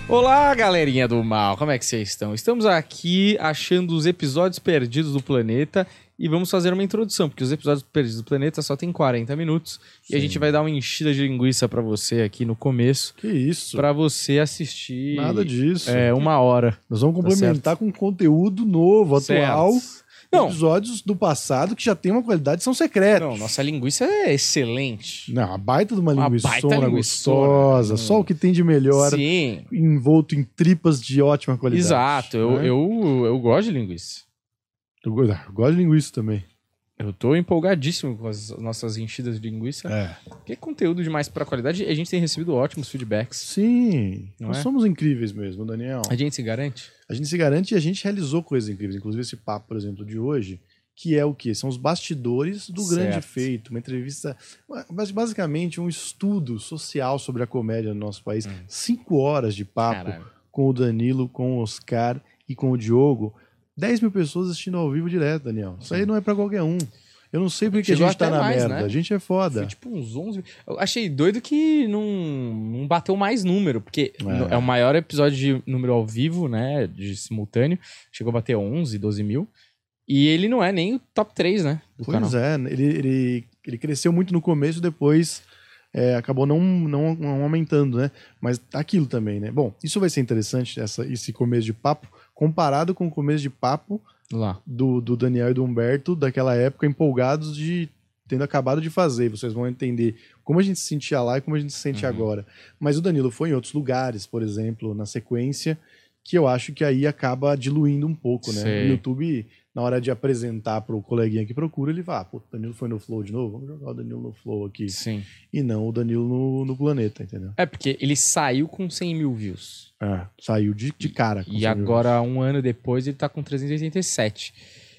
Olá, galerinha do mal, como é que vocês estão? Estamos aqui achando os episódios perdidos do planeta e vamos fazer uma introdução, porque os episódios perdidos do planeta só tem 40 minutos. Sim. E a gente vai dar uma enchida de linguiça pra você aqui no começo. Que isso? Pra você assistir... Nada disso. Uma hora. Nós vamos complementar com conteúdo novo, atual. Não. Episódios do passado que já tem uma qualidade, são secretos. Não, nossa linguiça é excelente. Não, a baita de uma linguiçona gostosa. Só o que tem de melhor. Sim. Envolto em tripas de ótima qualidade. Exato, né? eu gosto de linguiça. Eu gosto de linguiça também. Eu tô empolgadíssimo com as nossas enchidas de linguiça. Porque é conteúdo demais pra qualidade e a gente tem recebido ótimos feedbacks. Sim, nós somos incríveis mesmo, Daniel. A gente se garante? A gente se garante e a gente realizou coisas incríveis. Inclusive esse papo, por exemplo, de hoje, que é o quê? São os bastidores do grande feito. Uma entrevista, basicamente um estudo social sobre a comédia no nosso país. 5 horas de papo com o Danilo, com o Oscar e com o Diogo. 10 mil pessoas assistindo ao vivo direto, Daniel. Isso aí não é pra qualquer um. Eu não sei porque a gente tá na merda. Né? A gente é foda. Foi tipo uns 11... Eu achei doido que não bateu mais número, porque é o maior episódio de número ao vivo, né, de simultâneo. Chegou a bater 11, 12 mil. E ele não é nem o top 3, né, do canal. Pois é, ele cresceu muito no começo, depois acabou não aumentando, né? Mas aquilo também, né? Bom, isso vai ser interessante, esse começo de papo, comparado com o começo de papo lá do Daniel e do Humberto, daquela época, empolgados de tendo acabado de fazer. Vocês vão entender como a gente se sentia lá e como a gente se sente agora. Mas o Danilo foi em outros lugares, por exemplo, na sequência, que eu acho que aí acaba diluindo um pouco, né? Sei. No YouTube, na hora de apresentar pro coleguinha que procura, ele vai, o Danilo foi no Flow de novo? Vamos jogar o Danilo no Flow aqui. Sim. E não o Danilo no Planeta, entendeu? É, porque ele saiu com 100 mil views. Saiu de cara. E agora, um ano depois, ele tá com 387.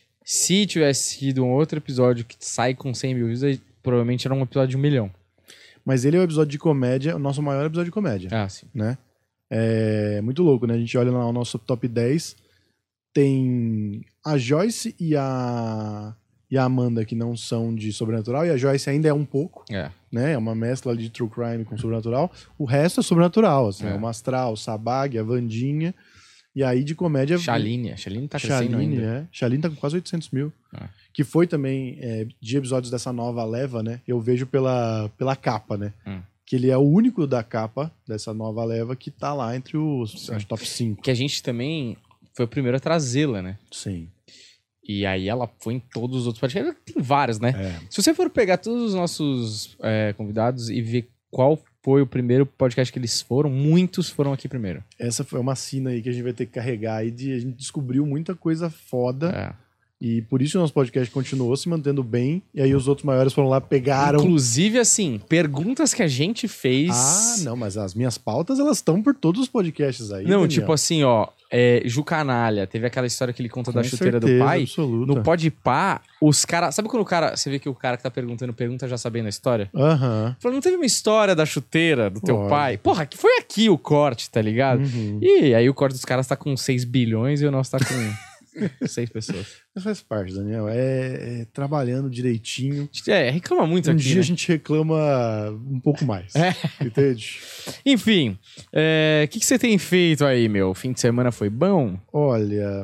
Se tivesse sido um outro episódio que sai com 100 mil views, provavelmente era um episódio de 1 milhão. Mas ele é o episódio de comédia, o nosso maior episódio de comédia. Sim. Né? É muito louco, né? A gente olha lá o nosso top 10, tem a Joyce e a Amanda, que não são de sobrenatural, e a Joyce ainda é um pouco, né? É uma mescla ali de true crime com sobrenatural. O resto é sobrenatural, assim, o Mastral, o Sabag, a Vandinha, e aí de comédia... Shaline tá crescendo ainda. Shaline tá com quase 800 mil. Que foi também de episódios dessa nova leva, né? Eu vejo pela capa, né? Que ele é o único da capa dessa nova leva que tá lá entre os top 5. Que a gente também foi o primeiro a trazê-la, né? Sim. E aí ela foi em todos os outros podcasts. Tem vários, né? Se você for pegar todos os nossos convidados e ver qual foi o primeiro podcast que eles foram, muitos foram aqui primeiro. Essa foi uma sina aí que a gente vai ter que carregar aí a gente descobriu muita coisa foda. E por isso o nosso podcast continuou se mantendo bem. E aí os outros maiores foram lá, pegaram... Inclusive, assim, perguntas que a gente fez... não, mas as minhas pautas, elas estão por todos os podcasts aí, Não, Daniel. tipo assim, ó... Ju Canalha, teve aquela história que ele conta da chuteira do pai. Absoluta. No Podpah, os caras... Sabe quando o cara... Você vê que o cara que tá perguntando pergunta já sabendo a história? Falou, não teve uma história da chuteira do teu pai? Porra, que foi aqui o corte, tá ligado? E aí o corte dos caras tá com 6 bilhões e o nosso tá com... 6 pessoas. Mas faz parte, Daniel. Trabalhando direitinho. Reclama muito aqui, dia né? a gente reclama um pouco mais. Entende? Enfim, o que você tem feito aí, meu? O fim de semana foi bom? Olha...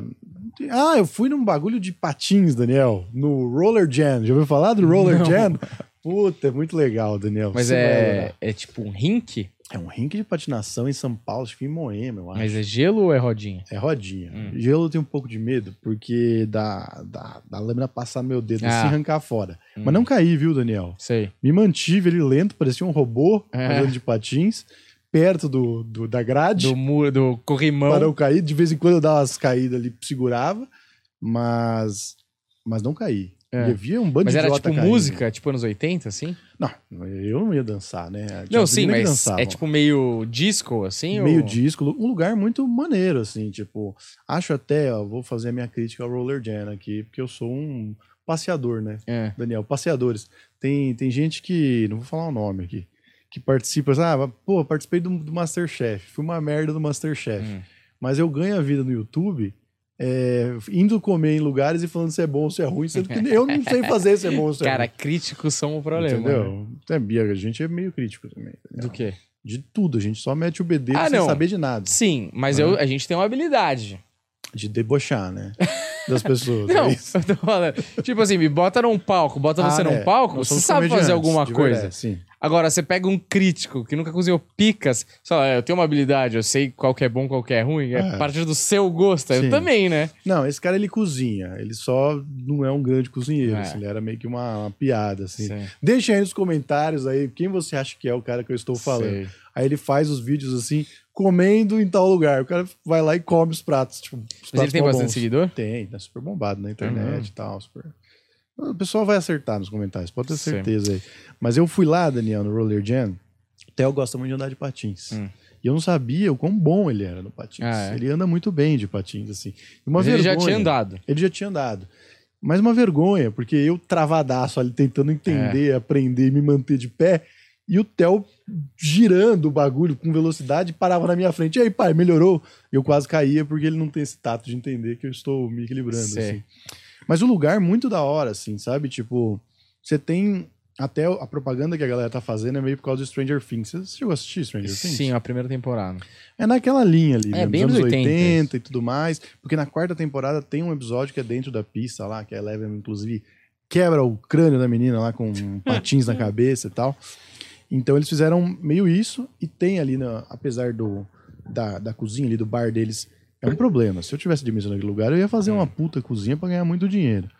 eu fui num bagulho de patins, Daniel. No Roller Jam. Já ouviu falar do Roller Jam? Puta, é muito legal, Daniel. Mas é tipo um rink? É um rink de patinação em São Paulo, acho que em Moema, eu acho. Mas é gelo ou é rodinha? É rodinha. Gelo eu tenho um pouco de medo, porque da lâmina passar no meu dedo, assim, arrancar fora. Mas não caí, viu, Daniel? Sei. Me mantive ali lento, parecia um robô, andando de patins, perto da grade. Do muro, do corrimão. Para eu cair. De vez em quando eu dava umas caídas ali, segurava, mas não caí. E havia um bando de idiota. Mas era tipo caindo. Música, tipo anos 80, assim? Não, eu não ia dançar, né? Não, sim, mas é tipo meio disco, assim? Meio disco, um lugar muito maneiro, assim, tipo... Acho até, vou fazer a minha crítica ao Roller Jam aqui, porque eu sou um passeador, né? Daniel, passeadores. Tem gente que... Não vou falar o nome aqui. Que participa, participei do Masterchef. Fui uma merda do Masterchef. Mas eu ganho a vida no YouTube... indo comer em lugares e falando se é bom ou se é ruim, sendo que eu não sei fazer se é bom ou se é ruim. Cara, críticos são um problema. Entendeu? A gente é meio crítico também. Entendeu? Do quê? De tudo. A gente só mete o bedelho sem saber de nada. Sim, mas a gente tem uma habilidade. De debochar, né? Das pessoas. Não, eu tô falando. Tipo assim, me bota num palco, bota você num palco, você sabe fazer alguma coisa. Verdade, sim. Agora, você pega um crítico que nunca cozinhou picas, só, eu tenho uma habilidade, eu sei qual que é bom, qual que é ruim, é parte do seu gosto. Eu também, né? Não, esse cara, ele cozinha. Ele só não é um grande cozinheiro. Assim, ele era meio que uma piada, assim. Sim. Deixa aí nos comentários aí quem você acha que é o cara que eu estou falando. Sei. Aí ele faz os vídeos assim, comendo em tal lugar. O cara vai lá e come os pratos. Tipo, os Mas ele tem bastante seguidor? Tem, tá super bombado na internet e tal. Super... O pessoal vai acertar nos comentários, pode ter certeza aí. Mas eu fui lá, Daniel, no Roller Jam. O Theo gosta muito de andar de patins. E eu não sabia o quão bom ele era no patins. Ele anda muito bem de patins, assim. Mas ele já tinha andado. Ele já tinha andado. Mas uma vergonha, porque eu travadaço ali, tentando entender, aprender e me manter de pé. E o Theo girando o bagulho com velocidade, parava na minha frente. E aí, pai, melhorou? Eu quase caía porque ele não tem esse tato de entender que eu estou me equilibrando, assim. Mas o lugar é muito da hora, assim, sabe? Tipo, você tem... Até a propaganda que a galera tá fazendo é meio por causa de Stranger Things. Você chegou a assistir Stranger Things? Sim, a primeira temporada. É naquela linha ali, né? Bem dos anos 80 e tudo mais. Porque na quarta temporada tem um episódio que é dentro da pista lá, que a Eleven, inclusive, quebra o crânio da menina lá com patins na cabeça e tal. Então eles fizeram meio isso. E tem ali, apesar da cozinha ali, do bar deles... É um problema. Se eu tivesse dimensão naquele lugar, eu ia fazer uma puta cozinha pra ganhar muito dinheiro.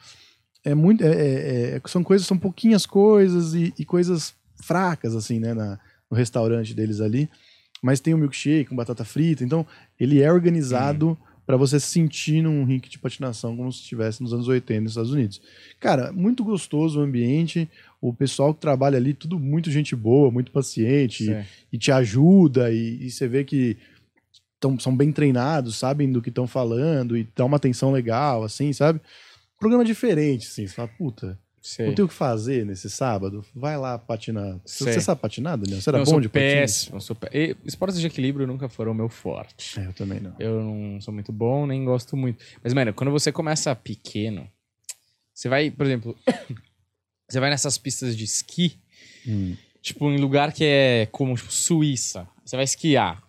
São pouquinhas coisas e coisas fracas, assim, né, no restaurante deles ali. Mas tem o milkshake com batata frita. Então, ele é organizado pra você se sentir num rink de patinação como se estivesse nos anos 80 nos Estados Unidos. Cara, muito gostoso o ambiente. O pessoal que trabalha ali, tudo muito gente boa, muito paciente. E te ajuda. E você vê que são bem treinados, sabem do que estão falando e dão uma atenção legal, assim, sabe? Programa diferente, assim. Você fala, puta, não tem o que fazer nesse sábado? Vai lá patinar. Você sabe patinar, Daniel? Você era bom de patins? Esportes de equilíbrio nunca foram o meu forte. Eu também não. Eu não sou muito bom, nem gosto muito. Mas, mano, quando você começa pequeno, você vai, por exemplo, você vai nessas pistas de esqui, tipo, em lugar que é como, tipo, Suíça. Você vai esquiar.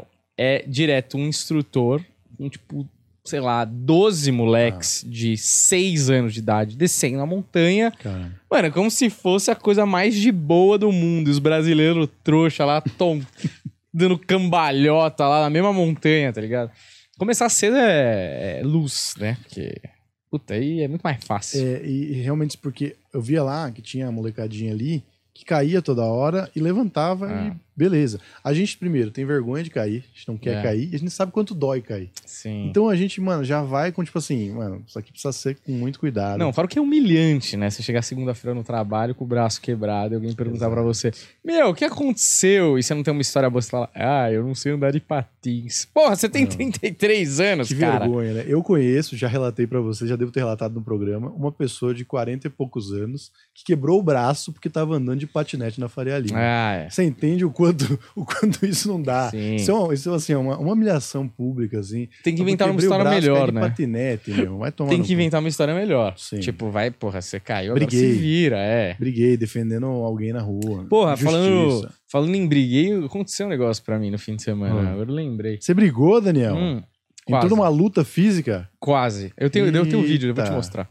É direto um instrutor, tipo, sei lá, 12 moleques de 6 anos de idade descendo a montanha. Caramba. Mano, como se fosse a coisa mais de boa do mundo. E os brasileiros trouxa lá, dando cambalhota lá na mesma montanha, tá ligado? Começar cedo é luz, né? Porque, puta, aí é muito mais fácil. E realmente, porque eu via lá que tinha a molecadinha ali que caía toda hora e levantava e beleza. A gente, primeiro, tem vergonha de cair, a gente não quer cair, e a gente sabe quanto dói cair. Sim. Então a gente, mano, já vai com tipo assim, mano, isso aqui precisa ser com muito cuidado. Não, fora que é humilhante, né? Você chegar segunda-feira no trabalho com o braço quebrado e alguém perguntar pra você, o que aconteceu? E você não tem uma história boa, você fala, eu não sei andar de patins. Porra, você tem 33 anos, cara. Que vergonha, né? Eu conheço, já relatei pra você, já devo ter relatado no programa, uma pessoa de 40 e poucos anos que quebrou o braço porque tava andando de patinete na Faria Lima. Você entende o quanto isso não dá? Sim. Isso assim, é uma humilhação pública, assim. Tem que inventar uma história melhor, né? Patinete, vai tomar Tem que inventar uma história melhor. Sim. Tipo, você caiu, agora se vira, Briguei, defendendo alguém na rua. Porra, falando em briguei, aconteceu um negócio pra mim no fim de semana. Agora eu lembrei. Você brigou, Daniel? Entrou numa luta física? Quase. Eu tenho um vídeo, eu vou te mostrar.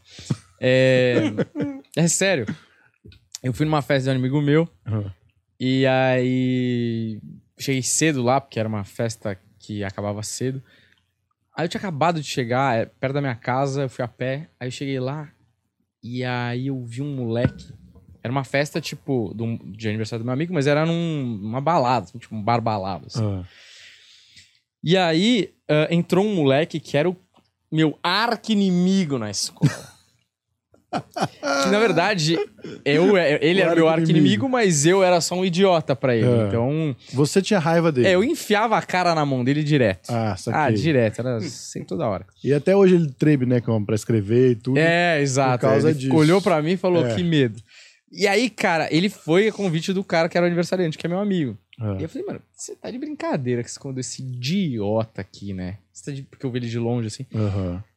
É sério. Eu fui numa festa de um amigo meu. E aí... Cheguei cedo lá, porque era uma festa que acabava cedo. Aí eu tinha acabado de chegar, perto da minha casa, eu fui a pé. Aí eu cheguei lá, e aí eu vi um moleque. Era uma festa, tipo, de aniversário do meu amigo, mas era numa balada, tipo um bar balado, assim. E aí, entrou um moleque que era o meu arqui-inimigo na escola. Que, na verdade, ele era meu arqui-inimigo, mas eu era só um idiota pra ele. Então... Você tinha raiva dele? Eu enfiava a cara na mão dele direto. Saquei. Direto. Era sempre toda hora. E até hoje ele treme, né, pra escrever e tudo. Exato. Por causa ele disso. Olhou pra mim e falou, que medo. E aí, cara, ele foi a convite do cara que era o aniversariante, que é meu amigo. E eu falei, mano, você tá de brincadeira que você escondeu esse idiota aqui, né? Porque eu vi ele de longe, assim.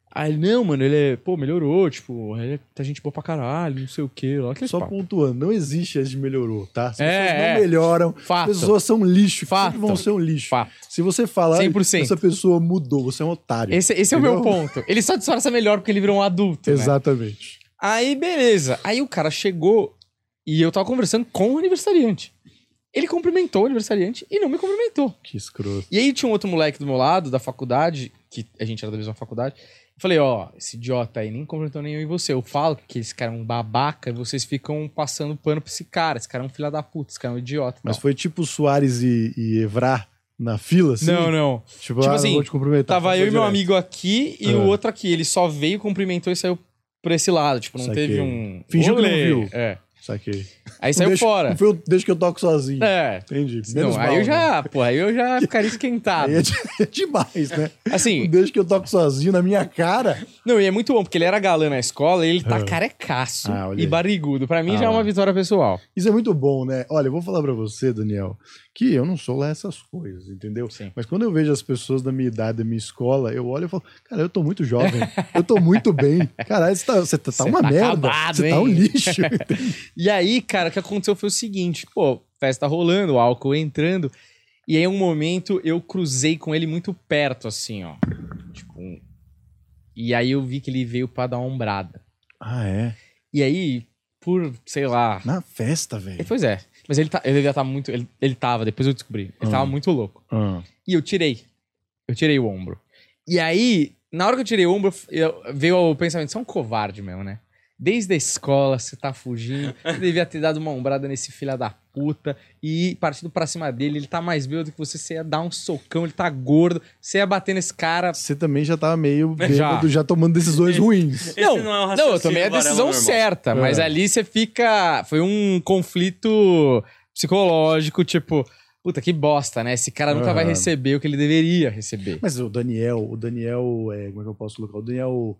Aí ele, não, mano, ele melhorou, tipo, ele tá gente boa pra caralho, não sei o quê. Lá, só pontuando, não existe esse de melhorou, tá? As pessoas não melhoram, fato. As pessoas são lixo, fato. sempre vão ser um lixo. Fato. Se você falar, essa pessoa mudou, você é um otário. Esse é o meu ponto. Ele só disfarça melhor porque ele virou um adulto, Exatamente. Né? Aí, beleza. Aí o cara chegou e eu tava conversando com o aniversariante. Ele cumprimentou o aniversariante e não me cumprimentou. Que escroto. E aí tinha um outro moleque do meu lado, da faculdade, que a gente era da mesma faculdade. Eu falei, esse idiota aí nem cumprimentou nem eu e você. Eu falo que esse cara é um babaca e vocês ficam passando pano pra esse cara. Esse cara é um filho da puta, esse cara é um idiota. Mas foi tipo Soares e Evra na fila, assim? Não. Tipo assim, não vou te cumprimentar. Tava eu e meu amigo aqui e o outro aqui. Ele só veio, cumprimentou e saiu por esse lado. Tipo, não teve um... Fingiu que não viu. Saquei. Aí saiu fora. Deixa que eu toco sozinho. Entendi. Menos mal, aí eu já ficaria esquentado. Aí é demais, né? Assim... Deixa que eu toco sozinho na minha cara. Não, e é muito bom, porque ele era galã na escola e ele tá carecaço e barrigudo. Pra mim já é uma vitória pessoal. Isso é muito bom, né? Olha, eu vou falar pra você, Daniel, que eu não sou lá essas coisas, entendeu? Sim. Mas quando eu vejo as pessoas da minha idade, da minha escola, eu olho e falo, cara, eu tô muito jovem, eu tô muito bem. Caralho, você tá uma merda, você tá um lixo. E aí, cara, o que aconteceu foi o seguinte, festa rolando, o álcool entrando, e aí um momento eu cruzei com ele muito perto, assim, ó. Tipo, e aí eu vi que ele veio pra dar uma ombrada. Ah, é? E aí, por, sei lá... Na festa, velho. Pois é. Mas ele já tá muito... Ele tava, depois eu descobri. Ele tava muito louco. E eu tirei. Eu tirei o ombro. E aí, na hora que eu tirei o ombro, veio o pensamento, você é um covarde mesmo, né? Desde a escola, você tá fugindo. Você devia ter dado uma ombrada nesse filho da puta e ir partindo pra cima dele. Ele tá mais bêbado que você ia dar um socão, ele tá gordo. Você ia bater nesse cara. Você também já tava meio bêbado, já tomando decisões ruins. Não, eu tomei a decisão certa, mas ali você fica... Foi um conflito psicológico, tipo... Puta, que bosta, né? Esse cara nunca vai receber o que ele deveria receber. Mas o Daniel, como é que eu posso colocar? O Daniel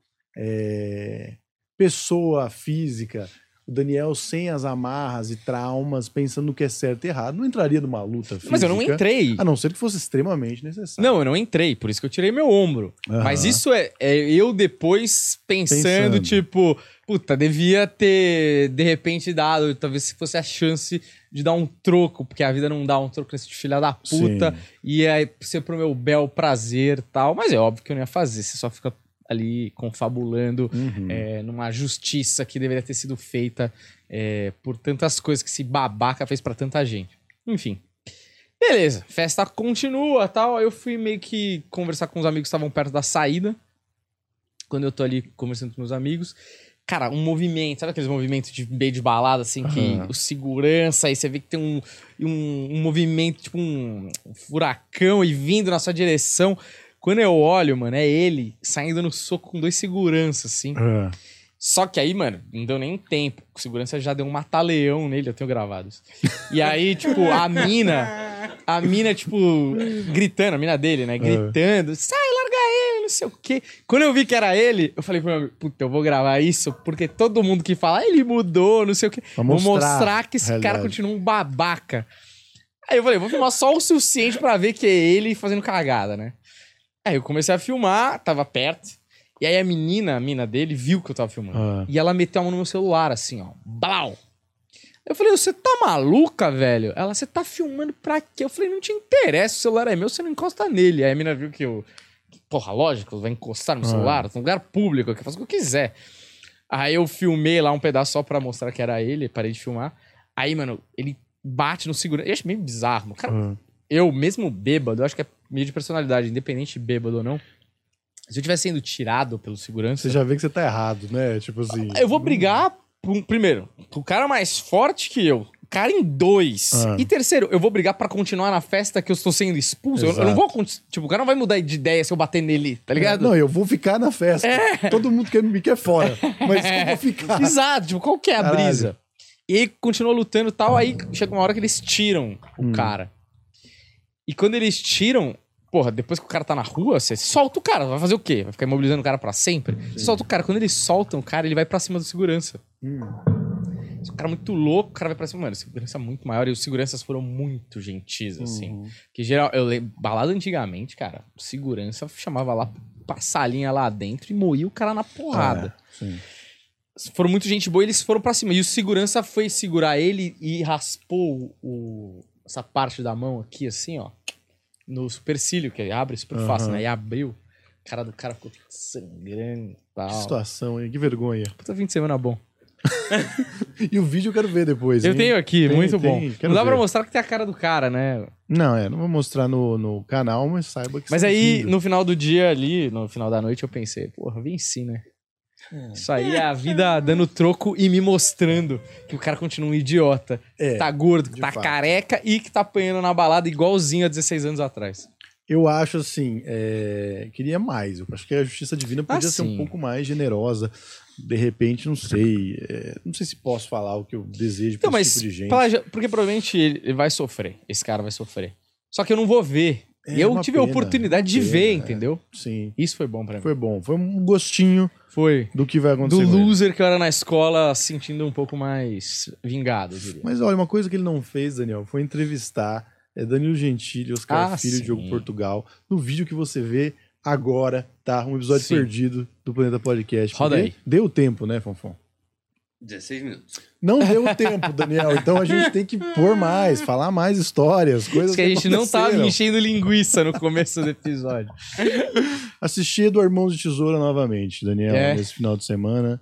pessoa física, o Daniel sem as amarras e traumas, pensando no que é certo e errado, não entraria numa luta física. Mas eu não entrei. A não ser que fosse extremamente necessário. Não, eu não entrei, por isso que eu tirei meu ombro. Mas isso é eu depois pensando, tipo, puta, devia ter, de repente, dado, talvez se fosse a chance de dar um troco, porque a vida não dá um troco nesse filho da puta, e aí ser pro meu bel prazer e tal. Mas é óbvio que eu não ia fazer, você só fica ali confabulando numa justiça que deveria ter sido feita por tantas coisas que esse babaca fez pra tanta gente. Enfim. Beleza, festa continua e tal. Aí eu fui meio que conversar com os amigos que estavam perto da saída. Quando eu tô ali conversando com meus amigos. Cara, um movimento, sabe aqueles movimentos de meio de balada, assim, que o segurança, aí você vê que tem um movimento, tipo um furacão e vindo na sua direção. Quando eu olho, mano, é ele saindo no soco com 2 seguranças, assim. Só que aí, mano, não deu nem tempo. O segurança já deu um mata-leão nele, eu tenho gravado isso. E aí, tipo, a mina, tipo, gritando, a mina dele, né? Gritando, sai, larga ele, não sei o quê. Quando eu vi que era ele, eu falei pro meu amigo, puta, eu vou gravar isso, porque todo mundo que fala, ele mudou, não sei o quê. Vou mostrar que esse cara continua um babaca. Aí eu falei, vou filmar só o suficiente pra ver que é ele fazendo cagada, né? Aí eu comecei a filmar, tava perto. E aí a mina dele, viu que eu tava filmando. E ela meteu a mão no meu celular, assim, ó. Blau! Eu falei, você tá maluca, velho? Ela, você tá filmando pra quê? Eu falei, não te interessa, o celular é meu, você não encosta nele. Aí a mina viu que eu... Porra, lógico, vai encostar no meu celular, num lugar público, eu faço o que eu quiser. Aí eu filmei lá um pedaço só pra mostrar que era ele, parei de filmar. Aí, mano, ele bate no segurança. Eu acho meio bizarro. Cara, eu, mesmo bêbado, eu acho que é meio de personalidade, independente de bêbado ou não. Se eu tivesse sendo tirado pelo segurança... Você já vê que você tá errado, né? Tipo assim... Eu vou brigar, primeiro, pro cara mais forte que eu. Cara em 2. E terceiro, eu vou brigar pra continuar na festa que eu estou sendo expulso. Eu não vou... Tipo, o cara não vai mudar de ideia se eu bater nele, tá ligado? Não, eu vou ficar na festa. Todo mundo me quer fora. Mas eu vou ficar. Exato. Tipo, qual que é a brisa? E aí, continua lutando e tal. Aí, chega uma hora que eles tiram o cara. E quando eles tiram... Porra, depois que o cara tá na rua, você solta o cara. Vai fazer o quê? Vai ficar imobilizando o cara pra sempre? Você solta o cara. Quando eles soltam o cara, ele vai pra cima do segurança. Se o cara é muito louco, o cara vai pra cima. Mano, segurança é muito maior. E os seguranças foram muito gentis, assim. Que geral... Eu lembro... Balada antigamente, cara, o segurança chamava lá pra salinha lá dentro e moía o cara na porrada. Sim. Foram muito gente boa e eles foram pra cima. E o segurança foi segurar ele e raspou essa parte da mão aqui, assim, ó. No supercílio, que abre super fácil, né? E abriu. A cara do cara ficou sangrando e tal. Que situação, hein? Que vergonha. Puta fim de semana bom. E o vídeo eu quero ver depois. Eu tenho aqui, muito bom. Não dá ver. pra mostrar que tem a cara do cara, né? Não vou mostrar no canal, mas saiba que... Mas aí, no final do dia ali, no final da noite, eu pensei, porra, venci, né? Isso aí é a vida dando troco e me mostrando que o cara continua um idiota. Que tá gordo, que tá careca e que tá apanhando na balada igualzinho há 16 anos atrás. Eu acho assim, queria mais. Eu acho que a Justiça Divina podia ser um pouco mais generosa. De repente, não sei. Não sei se posso falar o que eu desejo pra esse tipo de gente. Porque provavelmente ele vai sofrer. Esse cara vai sofrer. Só que eu não vou ver. E eu tive a oportunidade de ver, entendeu? Sim. Isso foi bom pra mim. Foi bom. Foi um gostinho do que vai acontecer. Do loser que eu era na escola, sentindo um pouco mais vingado, eu diria. Mas olha, uma coisa que ele não fez, Daniel, foi entrevistar Danilo Gentili, Oscar Filho, Diogo Portugal, no vídeo que você vê agora, tá? Um episódio perdido do Planeta Podcast. Roda aí. Deu tempo, né, Fonfon? 16 minutos. Não deu tempo, Daniel. Então a gente tem que pôr mais, falar mais histórias, coisas que a gente não tava enchendo linguiça no começo do episódio. Assisti Eduardo Mãos de Tesoura novamente, Daniel, nesse final de semana.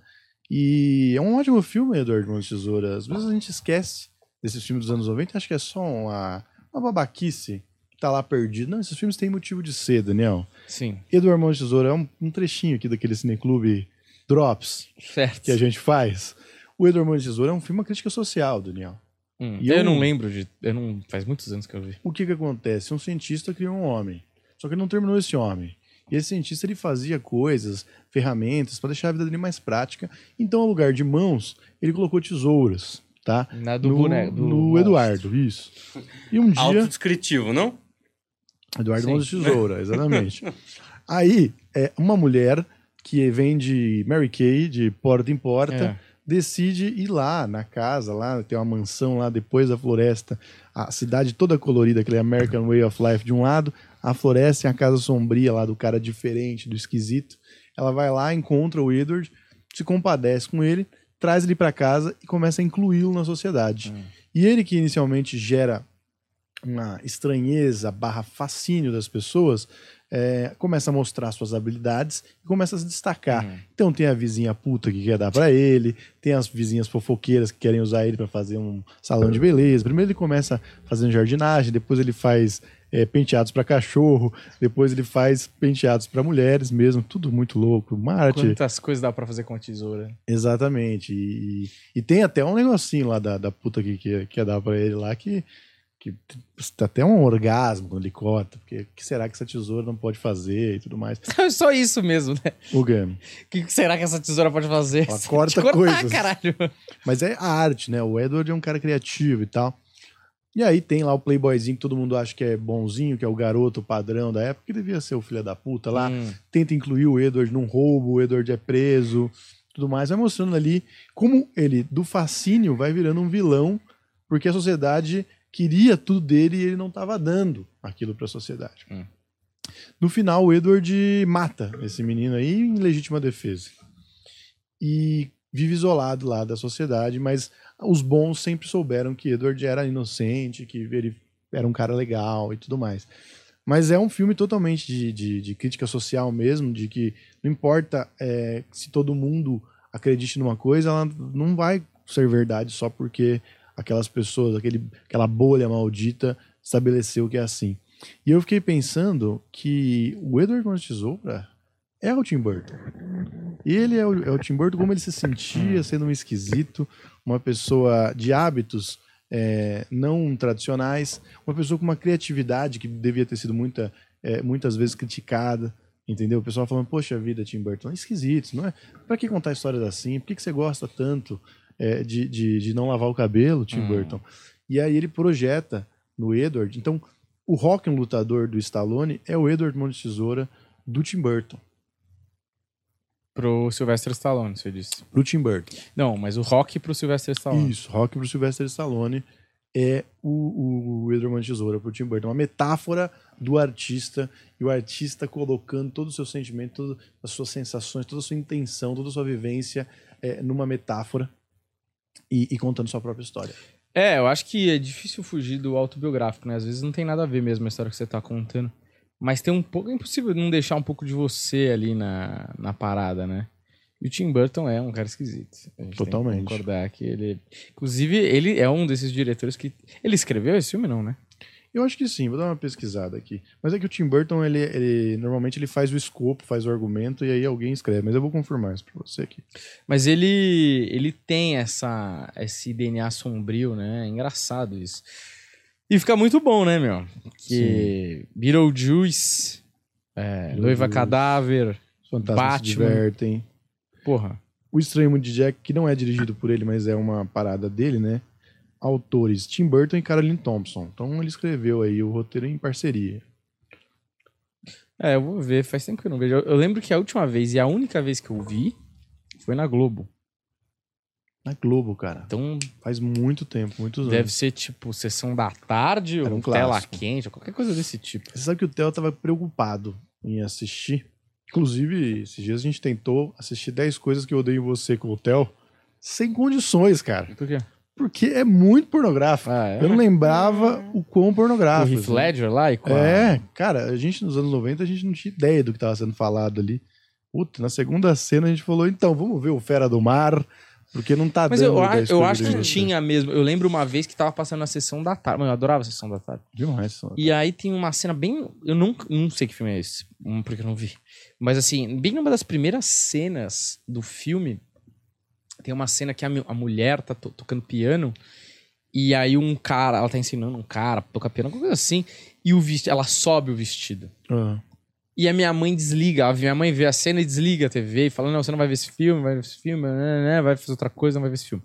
E é um ótimo filme, Eduardo Mãos de Tesoura. Às vezes a gente esquece desses filmes dos anos 90, acho que é só uma babaquice que tá lá perdido. Não, esses filmes têm motivo de ser, Daniel. Sim. Eduardo Mãos de Tesoura é um trechinho aqui daquele cineclube Drops que a gente faz. O Eduardo Mãos de Tesoura é um filme, uma crítica social, Daniel. E eu não lembro faz muitos anos que eu vi. O que acontece? Um cientista criou um homem. Só que ele não terminou esse homem. E esse cientista ele fazia coisas, ferramentas, para deixar a vida dele mais prática. Então, ao lugar de mãos, ele colocou tesouras, tá? Do boneco. No Eduardo, isso. E um dia... Autodescritivo, não? Eduardo Mãos de Tesoura, exatamente. Aí, uma mulher que vende Mary Kay de porta em porta, decide ir lá na casa, lá tem uma mansão lá depois da floresta, a cidade toda colorida, aquele American Way of Life de um lado, a floresta e a casa sombria lá do cara diferente, do esquisito. Ela vai lá, encontra o Edward, se compadece com ele, traz ele para casa e começa a incluí-lo na sociedade. E ele que inicialmente gera uma estranheza / fascínio das pessoas, começa a mostrar suas habilidades e começa a se destacar. Então tem a vizinha puta que quer dar pra ele, tem as vizinhas fofoqueiras que querem usar ele pra fazer um salão de beleza. Primeiro ele começa fazendo jardinagem, depois ele faz penteados pra cachorro, depois ele faz penteados pra mulheres mesmo, tudo muito louco. Uma arte. Quantas coisas dá pra fazer com a tesoura. Exatamente. E tem até um negocinho lá da puta que quer dar pra ele lá que até um orgasmo quando ele corta, porque o que será que essa tesoura não pode fazer e tudo mais. Só isso mesmo, né? O game. O que será que essa tesoura pode fazer? Ela corta coisas. Caralho. Mas é a arte, né? O Edward é um cara criativo e tal. E aí tem lá o playboyzinho que todo mundo acha que é bonzinho, que é o garoto padrão da época, que devia ser o filho da puta lá. Tenta incluir o Edward num roubo, o Edward é preso, tudo mais. Vai mostrando ali como ele, do fascínio, vai virando um vilão, porque a sociedade queria tudo dele e ele não estava dando aquilo para a sociedade. No final, o Edward mata esse menino aí em legítima defesa. E vive isolado lá da sociedade, mas os bons sempre souberam que Edward era inocente, que ele era um cara legal e tudo mais. Mas é um filme totalmente de crítica social mesmo, de que não importa se todo mundo acredite numa coisa, ela não vai ser verdade só porque aquelas pessoas, aquela bolha maldita estabeleceu que é assim. E eu fiquei pensando que o Edward Mãos de Tesoura é o Tim Burton. Ele é o Tim Burton como ele se sentia sendo um esquisito, uma pessoa de hábitos não tradicionais, uma pessoa com uma criatividade que devia ter sido muitas vezes criticada, entendeu? O pessoal falando, poxa vida, Tim Burton, é esquisito, não é? Pra que contar histórias assim? Por que você gosta tanto de não lavar o cabelo, Tim Burton? E aí ele projeta no Edward. Então, o Rocky, um lutador do Stallone, é o Edward Mãos de Tesoura do Tim Burton. Pro Sylvester Stallone, você disse. Pro Tim Burton. Não, mas o Rocky pro Sylvester Stallone. Isso, Rocky pro Sylvester Stallone. é o Edward Mão de Tesoura pro Tim Burton. Uma metáfora do artista, e o artista colocando todo o seu sentimento, todas as suas sensações, toda a sua intenção, toda a sua vivência numa metáfora e contando sua própria história. Eu acho que é difícil fugir do autobiográfico, né? Às vezes não tem nada a ver mesmo a história que você tá contando. Mas tem um pouco... É impossível não deixar um pouco de você ali na parada, né? E o Tim Burton é um cara esquisito. A gente Totalmente. tem que concordar que ele... Inclusive, ele é um desses diretores que... Ele escreveu esse filme, não, né? Eu acho que sim, vou dar uma pesquisada aqui. Mas é que o Tim Burton, ele normalmente ele faz o escopo, faz o argumento e aí alguém escreve. Mas eu vou confirmar isso pra você aqui. Mas ele tem esse DNA sombrio, né? É engraçado isso. E fica muito bom, né, meu? Que Beetlejuice, Noiva Cadáver, Fantasmas se divertem. Porra. O Estranho Mundo de Jack, que não é dirigido por ele, mas é uma parada dele, né? Autores Tim Burton e Caroline Thompson. Então ele escreveu aí o roteiro em parceria. Eu vou ver, faz tempo que eu não vejo. Eu lembro que a última vez e a única vez que eu vi foi na Globo. Na Globo, cara. Então faz muito tempo, muitos anos. Deve ser tipo sessão da tarde ou tela quente, ou qualquer coisa desse tipo. Você sabe que o Theo tava preocupado em assistir. Inclusive, esses dias a gente tentou assistir 10 coisas que eu odeio em você com o Theo sem condições, cara. Por quê? Porque é muito pornográfico. Eu não lembrava o quão pornográfico. O Heath Ledger lá e com cara, a gente nos anos 90 a gente não tinha ideia do que tava sendo falado ali. Puta, na segunda cena a gente falou, então, vamos ver o Fera do Mar, porque não tá Mas dando... Mas eu acho que tinha mesmo. Eu lembro uma vez que tava passando na sessão da tarde. Mano, eu adorava a sessão da tarde. Demais. E aí tem uma cena bem... Eu não sei que filme é esse, porque eu não vi. Mas assim, bem numa das primeiras cenas do filme... Tem uma cena que a mulher tá tocando piano e aí um cara, ela tá ensinando um cara a tocar piano, alguma coisa assim, e ela sobe o vestido. E a minha mãe desliga, minha mãe vê a cena e desliga a TV e fala, não, você não vai ver esse filme, vai fazer outra coisa, não vai ver esse filme.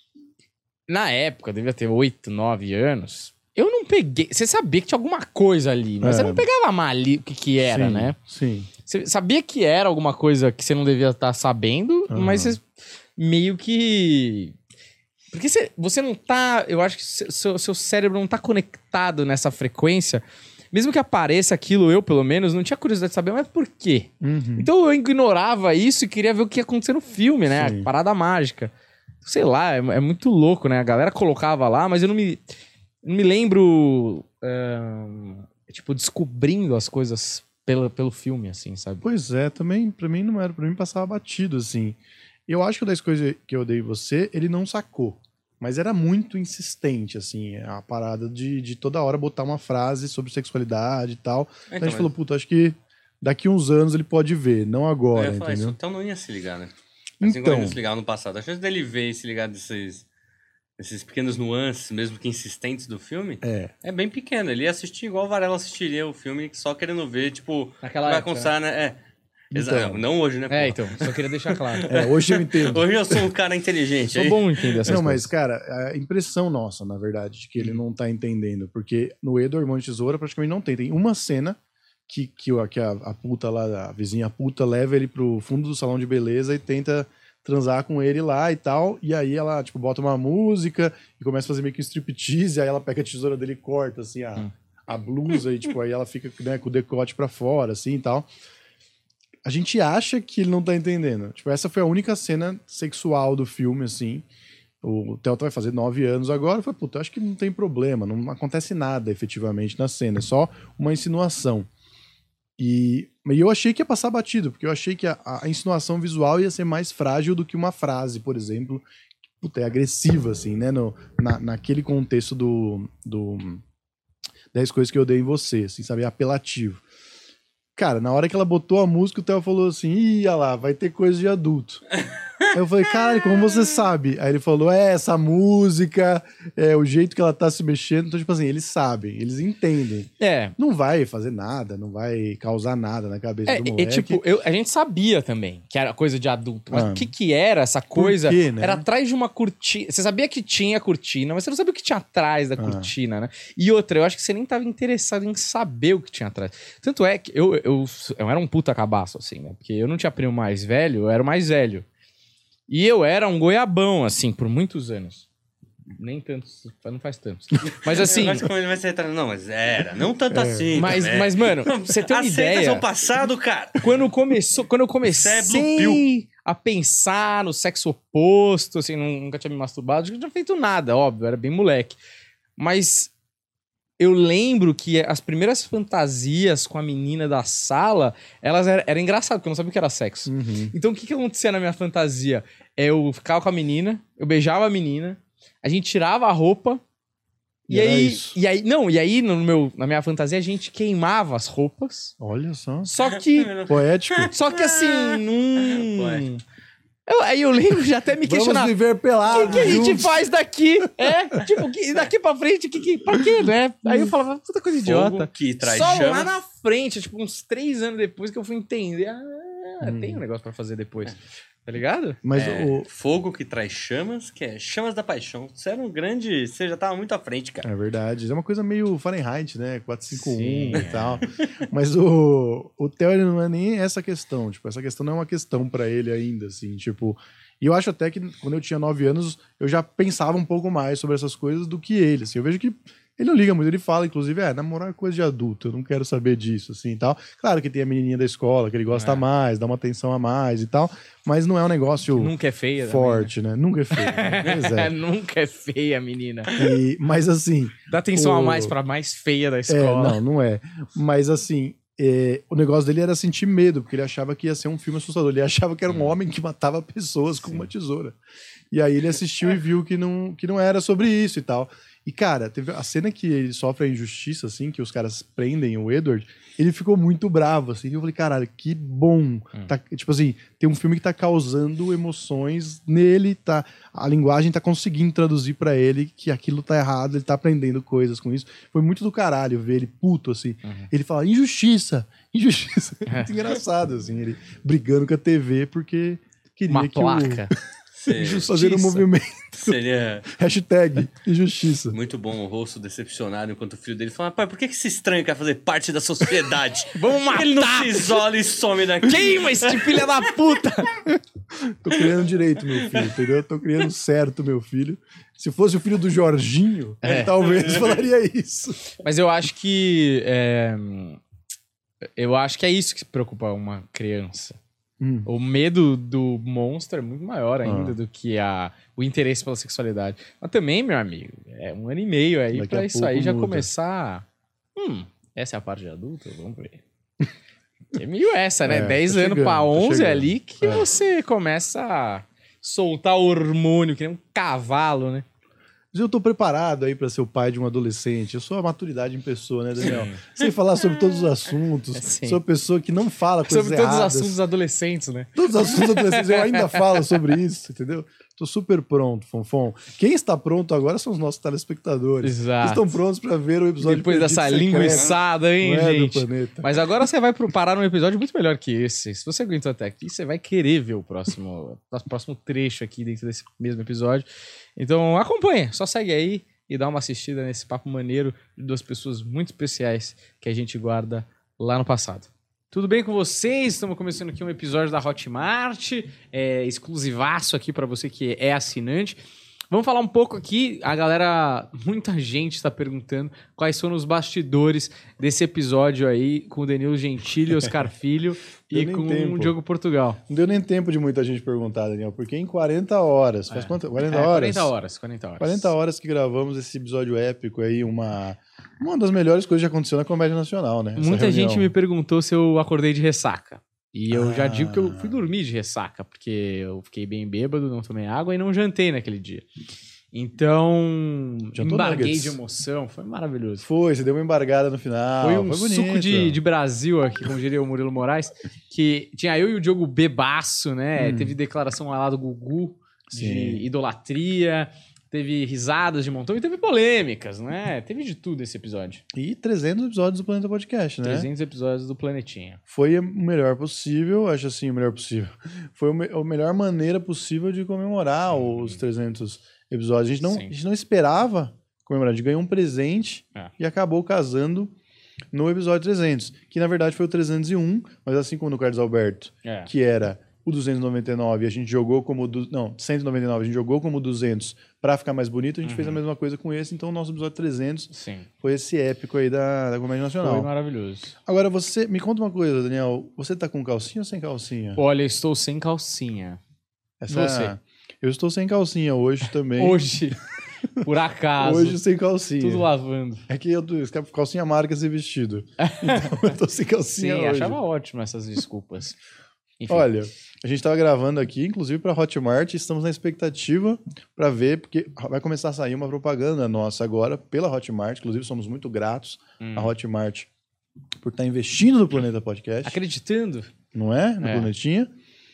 Na época, eu devia ter 8, 9 anos, eu não peguei... Você sabia que tinha alguma coisa ali, mas você não pegava mal ali o que era, sim, né? Sim. Você sabia que era alguma coisa que você não devia estar sabendo, mas você... meio que... Porque você não tá... Eu acho que seu cérebro não tá conectado nessa frequência. Mesmo que apareça aquilo, eu, pelo menos, não tinha curiosidade de saber, mas por quê? Então eu ignorava isso e queria ver o que ia acontecer no filme, né? Sim. A parada mágica. Sei lá, é muito louco, né? A galera colocava lá, mas eu não me lembro... tipo, descobrindo as coisas pelo filme, assim, sabe? Pois é, também, pra mim não era. Pra mim passava batido, assim. Eu acho que das coisas que eu dei você, ele não sacou. Mas era muito insistente, assim, a parada de toda hora botar uma frase sobre sexualidade e tal. Então a gente falou, puta, acho que daqui uns anos ele pode ver, não agora, eu ia falar entendeu? isso, então não ia se ligar, né? Assim como ele não se ligava no passado. A chance dele ver e se ligar desses pequenos nuances, mesmo que insistentes do filme, é bem pequena. Ele ia assistir igual o Varela assistiria o filme, só querendo ver, tipo, naquela vai época, constar, né? Exato. Não hoje, né? Então, só queria deixar claro. Hoje eu entendo. Hoje eu sou um cara inteligente. Sou bom entender essas coisas. Não, mas, cara, a impressão nossa, na verdade, de que ele não tá entendendo. Porque no Edward Mão de Tesoura praticamente não tem. Tem uma cena que a puta lá, a vizinha puta, leva ele pro fundo do salão de beleza e tenta transar com ele lá e tal. E aí ela, tipo, bota uma música e começa a fazer meio que um striptease. Aí ela pega a tesoura dele e corta, assim, a blusa. E, tipo, aí ela fica, né, com o decote pra fora, assim e tal. A gente acha que ele não tá entendendo. Tipo, essa foi a única cena sexual do filme, assim. O Theo vai fazer 9 anos agora. Eu falei, puta, eu acho que não tem problema. Não acontece nada, efetivamente, na cena. É só uma insinuação. E eu achei que ia passar batido, porque eu achei que a insinuação visual ia ser mais frágil do que uma frase, por exemplo. Que, puta, é agressiva, assim, né? Naquele contexto do 10 coisas que eu dei em você, assim, sabe? Apelativo. Cara, na hora que ela botou a música, o Theo falou assim, ih, olha lá, vai ter coisa de adulto. Aí eu falei, caralho, como você sabe? Aí ele falou, essa música, o jeito que ela tá se mexendo. Então, tipo assim, eles sabem, eles entendem. Não vai fazer nada, não vai causar nada na cabeça do moleque. Tipo, a gente sabia também que era coisa de adulto. Mas o que era essa coisa? Quê, né? Era atrás de uma cortina. Você sabia que tinha cortina, mas você não sabia o que tinha atrás da cortina, né? E outra, eu acho que você nem tava interessado em saber o que tinha atrás. Tanto é que eu era um puta cabaço, assim, né? Porque eu não tinha primo mais velho, eu era o mais velho. E eu era um goiabão, assim, por muitos anos. Nem tantos, não faz tantos. Mas assim... Mas como ele vai ser retardado? Não, mas era. Não tanto assim. Mas, mano, você tem uma ideia... Aceita passado, cara. Quando eu comecei a pensar no sexo oposto, assim, nunca tinha me masturbado, não tinha feito nada, óbvio, era bem moleque. Mas eu lembro que as primeiras fantasias com a menina da sala, elas eram engraçadas, porque eu não sabia o que era sexo. Uhum. Então, o que acontecia na minha fantasia? Eu ficava com a menina, eu beijava a menina, a gente tirava a roupa, e aí na minha fantasia a gente queimava as roupas. Olha só. Só que... Poético. Só que assim, aí eu lembro de até me questionar. Vamos viver pelado. O que a gente faz daqui? Tipo, daqui pra frente, pra quê, né? Aí eu falava, puta coisa idiota. Que traz Só chamas. lá na frente, tipo, uns 3 anos depois que eu fui entender. Tem um negócio pra fazer depois. Tá ligado? Mas Fogo que traz chamas, que é chamas da paixão. Você era um grande... Você já tava muito à frente, cara. É verdade. É uma coisa meio Fahrenheit, né? 451 e tal. Mas o Theo, ele não é nem essa questão. Tipo, essa questão não é uma questão pra ele ainda, assim. Tipo... E eu acho até que quando eu tinha 9 anos, eu já pensava um pouco mais sobre essas coisas do que ele, assim. Eu vejo que ele não liga muito. Ele fala, inclusive, namorar é coisa de adulto. Eu não quero saber disso, assim, e tal. Claro que tem a menininha da escola, que ele gosta mais, dá uma atenção a mais e tal. Mas não é um negócio... Nunca é feia. Forte, né? Nunca é feia. Pois é. Nunca é feia, menina. Mas, assim... Dá atenção a mais pra mais feia da escola. Não é. Mas, assim... o negócio dele era sentir medo, porque ele achava que ia ser um filme assustador. Ele achava que era um homem que matava pessoas com uma tesoura. E aí ele assistiu e viu que não era sobre isso e tal. E, cara, teve a cena que ele sofre a injustiça, assim, que os caras prendem o Edward, ele ficou muito bravo, assim. E eu falei, caralho, que bom. Tá, tipo assim, tem um filme que tá causando emoções nele, a linguagem tá conseguindo traduzir pra ele que aquilo tá errado, ele tá aprendendo coisas com isso. Foi muito do caralho ver ele puto, assim. Ele fala, injustiça. É muito engraçado, assim, ele brigando com a TV porque queria uma placa. Fazendo um movimento. Seria... Hashtag injustiça. Muito bom o rosto decepcionado enquanto o filho dele fala, pai, por que esse estranho quer fazer parte da sociedade? Vamos matar! Ele não se isola e some daqui. Queima esse filho da puta! Tô criando direito, meu filho, entendeu? Tô criando certo, meu filho. Se fosse o filho do Jorginho, ele talvez falaria isso. Mas eu acho que... Eu acho que é isso que preocupa uma criança. O medo do monstro é muito maior ainda do que o interesse pela sexualidade. Mas também, meu amigo, é 1 ano e meio aí pra isso aí já começar... essa é a parte de adulto? Vamos ver. É meio essa, né? 10 anos pra 11 ali que você começa a soltar hormônio, que nem um cavalo, né? Mas eu tô preparado aí pra ser o pai de um adolescente. Eu sou a maturidade em pessoa, né, Daniel? Sem falar sobre todos os assuntos. Sou a pessoa que não fala coisas sobre erradas. Sobre todos os assuntos adolescentes, né? Todos os assuntos adolescentes. Eu ainda falo sobre isso, entendeu? Tô super pronto, Fonfon. Quem está pronto agora são os nossos telespectadores. Exato. Eles estão prontos pra ver o episódio depois dessa linguiçada, hein, gente? Mas agora você vai parar num episódio muito melhor que esse. Se você aguentou até aqui, você vai querer ver o próximo trecho aqui dentro desse mesmo episódio. Então acompanha, só segue aí e dá uma assistida nesse papo maneiro de 2 pessoas muito especiais que a gente guarda lá no passado. Tudo bem com vocês? Estamos começando aqui um episódio da Hotmart, exclusivaço aqui para você que é assinante. Vamos falar um pouco aqui, muita gente está perguntando quais foram os bastidores desse episódio aí com o Danilo Gentili, Oscar Filho e com o Diogo Portugal. Não deu nem tempo de muita gente perguntar, Daniel, porque em 40 horas, faz quanto? 40 horas? 40 horas que gravamos esse episódio épico aí, uma das melhores coisas que aconteceu na comédia nacional, né? Muita gente me perguntou se eu acordei de ressaca. E eu já digo que eu fui dormir de ressaca, porque eu fiquei bem bêbado, não tomei água e não jantei naquele dia. Então, embarguei de emoção, foi maravilhoso. Você deu uma embargada no final. Foi um suco de Brasil aqui, como diria o Murilo Moraes, que tinha eu e o Diogo bebaço, né? Teve declaração lá do Gugu de idolatria, teve risadas de montão e teve polêmicas, né? Teve de tudo esse episódio. E 300 episódios do Planeta Podcast, né? 300 episódios do Planetinha. Foi o melhor possível, acho assim, o melhor possível. Foi a melhor maneira possível de comemorar os 300 episódios. A gente não esperava comemorar, a gente ganhou um presente e acabou casando no episódio 300, que na verdade foi o 301, mas assim como no Carlos Alberto, que era o 299 a gente jogou como... 199 a gente jogou como 200 pra ficar mais bonito, a gente fez a mesma coisa com esse, então o nosso episódio 300 foi esse épico aí da Comédia Nacional. Foi maravilhoso. Agora, me conta uma coisa, Daniel, você tá com calcinha ou sem calcinha? Olha, estou sem calcinha. Você? Eu estou sem calcinha hoje também. Hoje? Por acaso. Hoje sem calcinha. Tudo lavando. É que eu calcinha marca esse vestido. Então eu tô sem calcinha hoje. Sim, achava ótimo essas desculpas. Enfim. Olha, a gente tava gravando aqui, inclusive pra Hotmart, estamos na expectativa pra ver, porque vai começar a sair uma propaganda nossa agora pela Hotmart, inclusive somos muito gratos à Hotmart por estar investindo no Planeta Podcast. Acreditando. Não é? No Planetinha.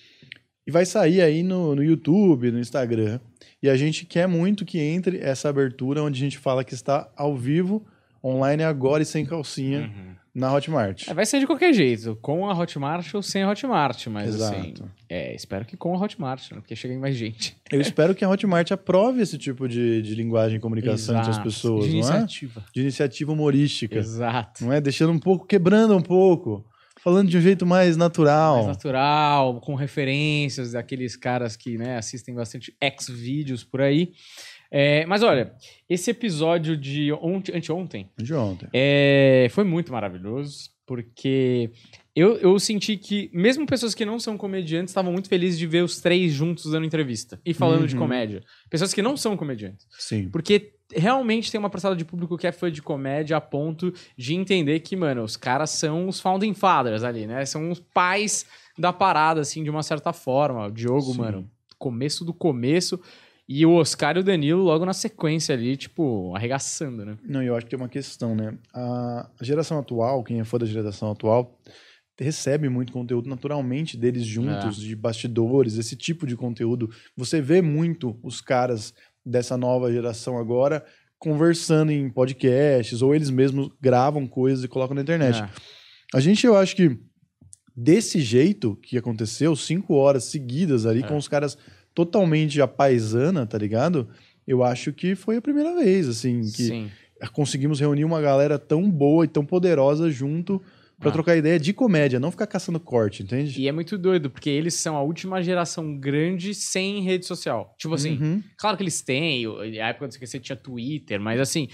E vai sair aí no YouTube, no Instagram. E a gente quer muito que entre essa abertura onde a gente fala que está ao vivo, online agora e sem calcinha na Hotmart. Vai ser de qualquer jeito, com a Hotmart ou sem a Hotmart, mas Exato. assim... espero que com a Hotmart, né? Porque chega em mais gente. Eu espero que a Hotmart aprove esse tipo de linguagem e comunicação entre as pessoas, de iniciativa. Não é? De iniciativa humorística. Exato. Não é? Deixando um pouco, quebrando um pouco. Falando de um jeito mais natural. Mais natural, com referências daqueles caras que, né, assistem bastante X-vídeos por aí. Mas olha, esse episódio de anteontem... De ontem. Foi muito maravilhoso, porque eu senti que mesmo pessoas que não são comediantes estavam muito felizes de ver os três juntos dando entrevista e falando de comédia. Pessoas que não são comediantes. Sim. Porque realmente tem uma parcela de público que é fã de comédia a ponto de entender que, mano, os caras são os founding fathers ali, né? São os pais da parada, assim, de uma certa forma. O Diogo, mano, começo do começo... E o Oscar e o Danilo logo na sequência ali, tipo, arregaçando, né? Não, eu acho que tem uma questão, né? A geração atual, quem é fã da geração atual, recebe muito conteúdo naturalmente deles juntos, de bastidores, esse tipo de conteúdo. Você vê muito os caras dessa nova geração agora conversando em podcasts, ou eles mesmos gravam coisas e colocam na internet. Eu acho que desse jeito que aconteceu, 5 horas seguidas ali com os caras... totalmente a paisana, tá ligado? Eu acho que foi a primeira vez, assim, que conseguimos reunir uma galera tão boa e tão poderosa junto pra trocar ideia de comédia, não ficar caçando corte, entende? E é muito doido, porque eles são a última geração grande sem rede social. Tipo assim, claro que eles têm, a época que você tinha Twitter, mas assim,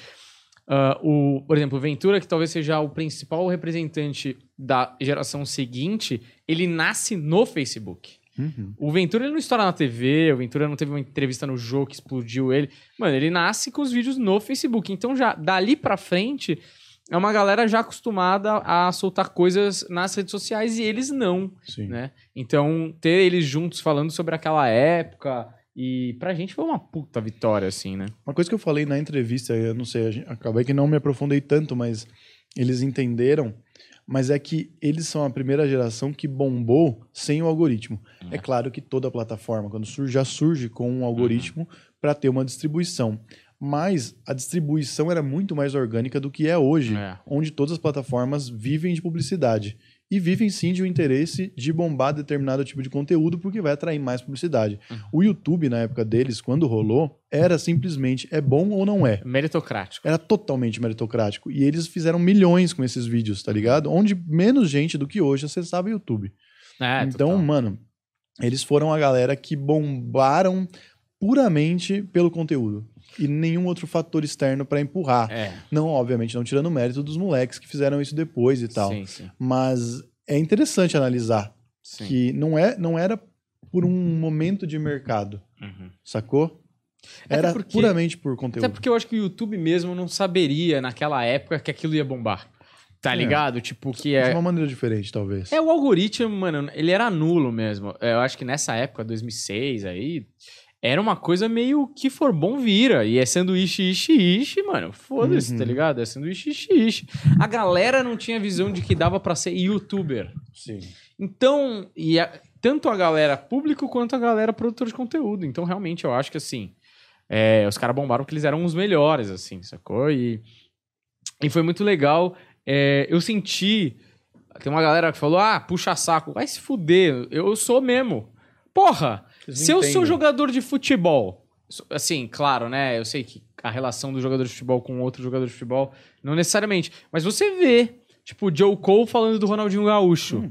por exemplo, o Ventura, que talvez seja o principal representante da geração seguinte, ele nasce no Facebook. O Ventura ele não estoura na TV, o Ventura não teve uma entrevista no Jô que explodiu ele. Mano, ele nasce com os vídeos no Facebook. Então, já dali pra frente, é uma galera já acostumada a soltar coisas nas redes sociais e eles não, né? Então, ter eles juntos falando sobre aquela época... E pra gente foi uma puta vitória, assim, né? Uma coisa que eu falei na entrevista, eu não sei, acabei que não me aprofundei tanto, mas eles entenderam... Mas é que eles são a primeira geração que bombou sem o algoritmo. É claro que toda plataforma, quando surge, já surge com um algoritmo para ter uma distribuição. Mas a distribuição era muito mais orgânica do que é hoje, onde todas as plataformas vivem de publicidade. E vivem sim de um interesse de bombar determinado tipo de conteúdo porque vai atrair mais publicidade. O YouTube, na época deles, quando rolou, era simplesmente é bom ou não é. Meritocrático. Era totalmente meritocrático. E eles fizeram milhões com esses vídeos, tá ligado? Onde menos gente do que hoje acessava o YouTube. Então, total. Mano, eles foram a galera que bombaram puramente pelo conteúdo. E nenhum outro fator externo pra empurrar. Não, obviamente, não tirando o mérito dos moleques que fizeram isso depois e tal. Sim. Mas é interessante analisar que não era por um momento de mercado, sacou? Era puramente por conteúdo. Até porque eu acho que o YouTube mesmo não saberia naquela época que aquilo ia bombar. Tá ligado? Tipo, que de uma maneira diferente, talvez. O algoritmo, mano, ele era nulo mesmo. Eu acho que nessa época, 2006 aí... Era uma coisa meio que for bom vira. E é sanduíche, ishi, mano. Foda-se, tá ligado? É sanduíche, ishi. A galera não tinha visão de que dava pra ser youtuber. Sim. Então, tanto a galera público quanto a galera produtor de conteúdo. Então, realmente, eu acho que, assim... os caras bombaram porque eles eram os melhores, assim, sacou? E foi muito legal. Eu senti... Tem uma galera que falou, puxa saco. Vai se fuder. Eu sou mesmo. Porra! Se eu sou jogador de futebol, assim, claro, né? Eu sei que a relação do jogador de futebol com outro jogador de futebol, não necessariamente. Mas você vê, tipo, o Joe Cole falando do Ronaldinho Gaúcho.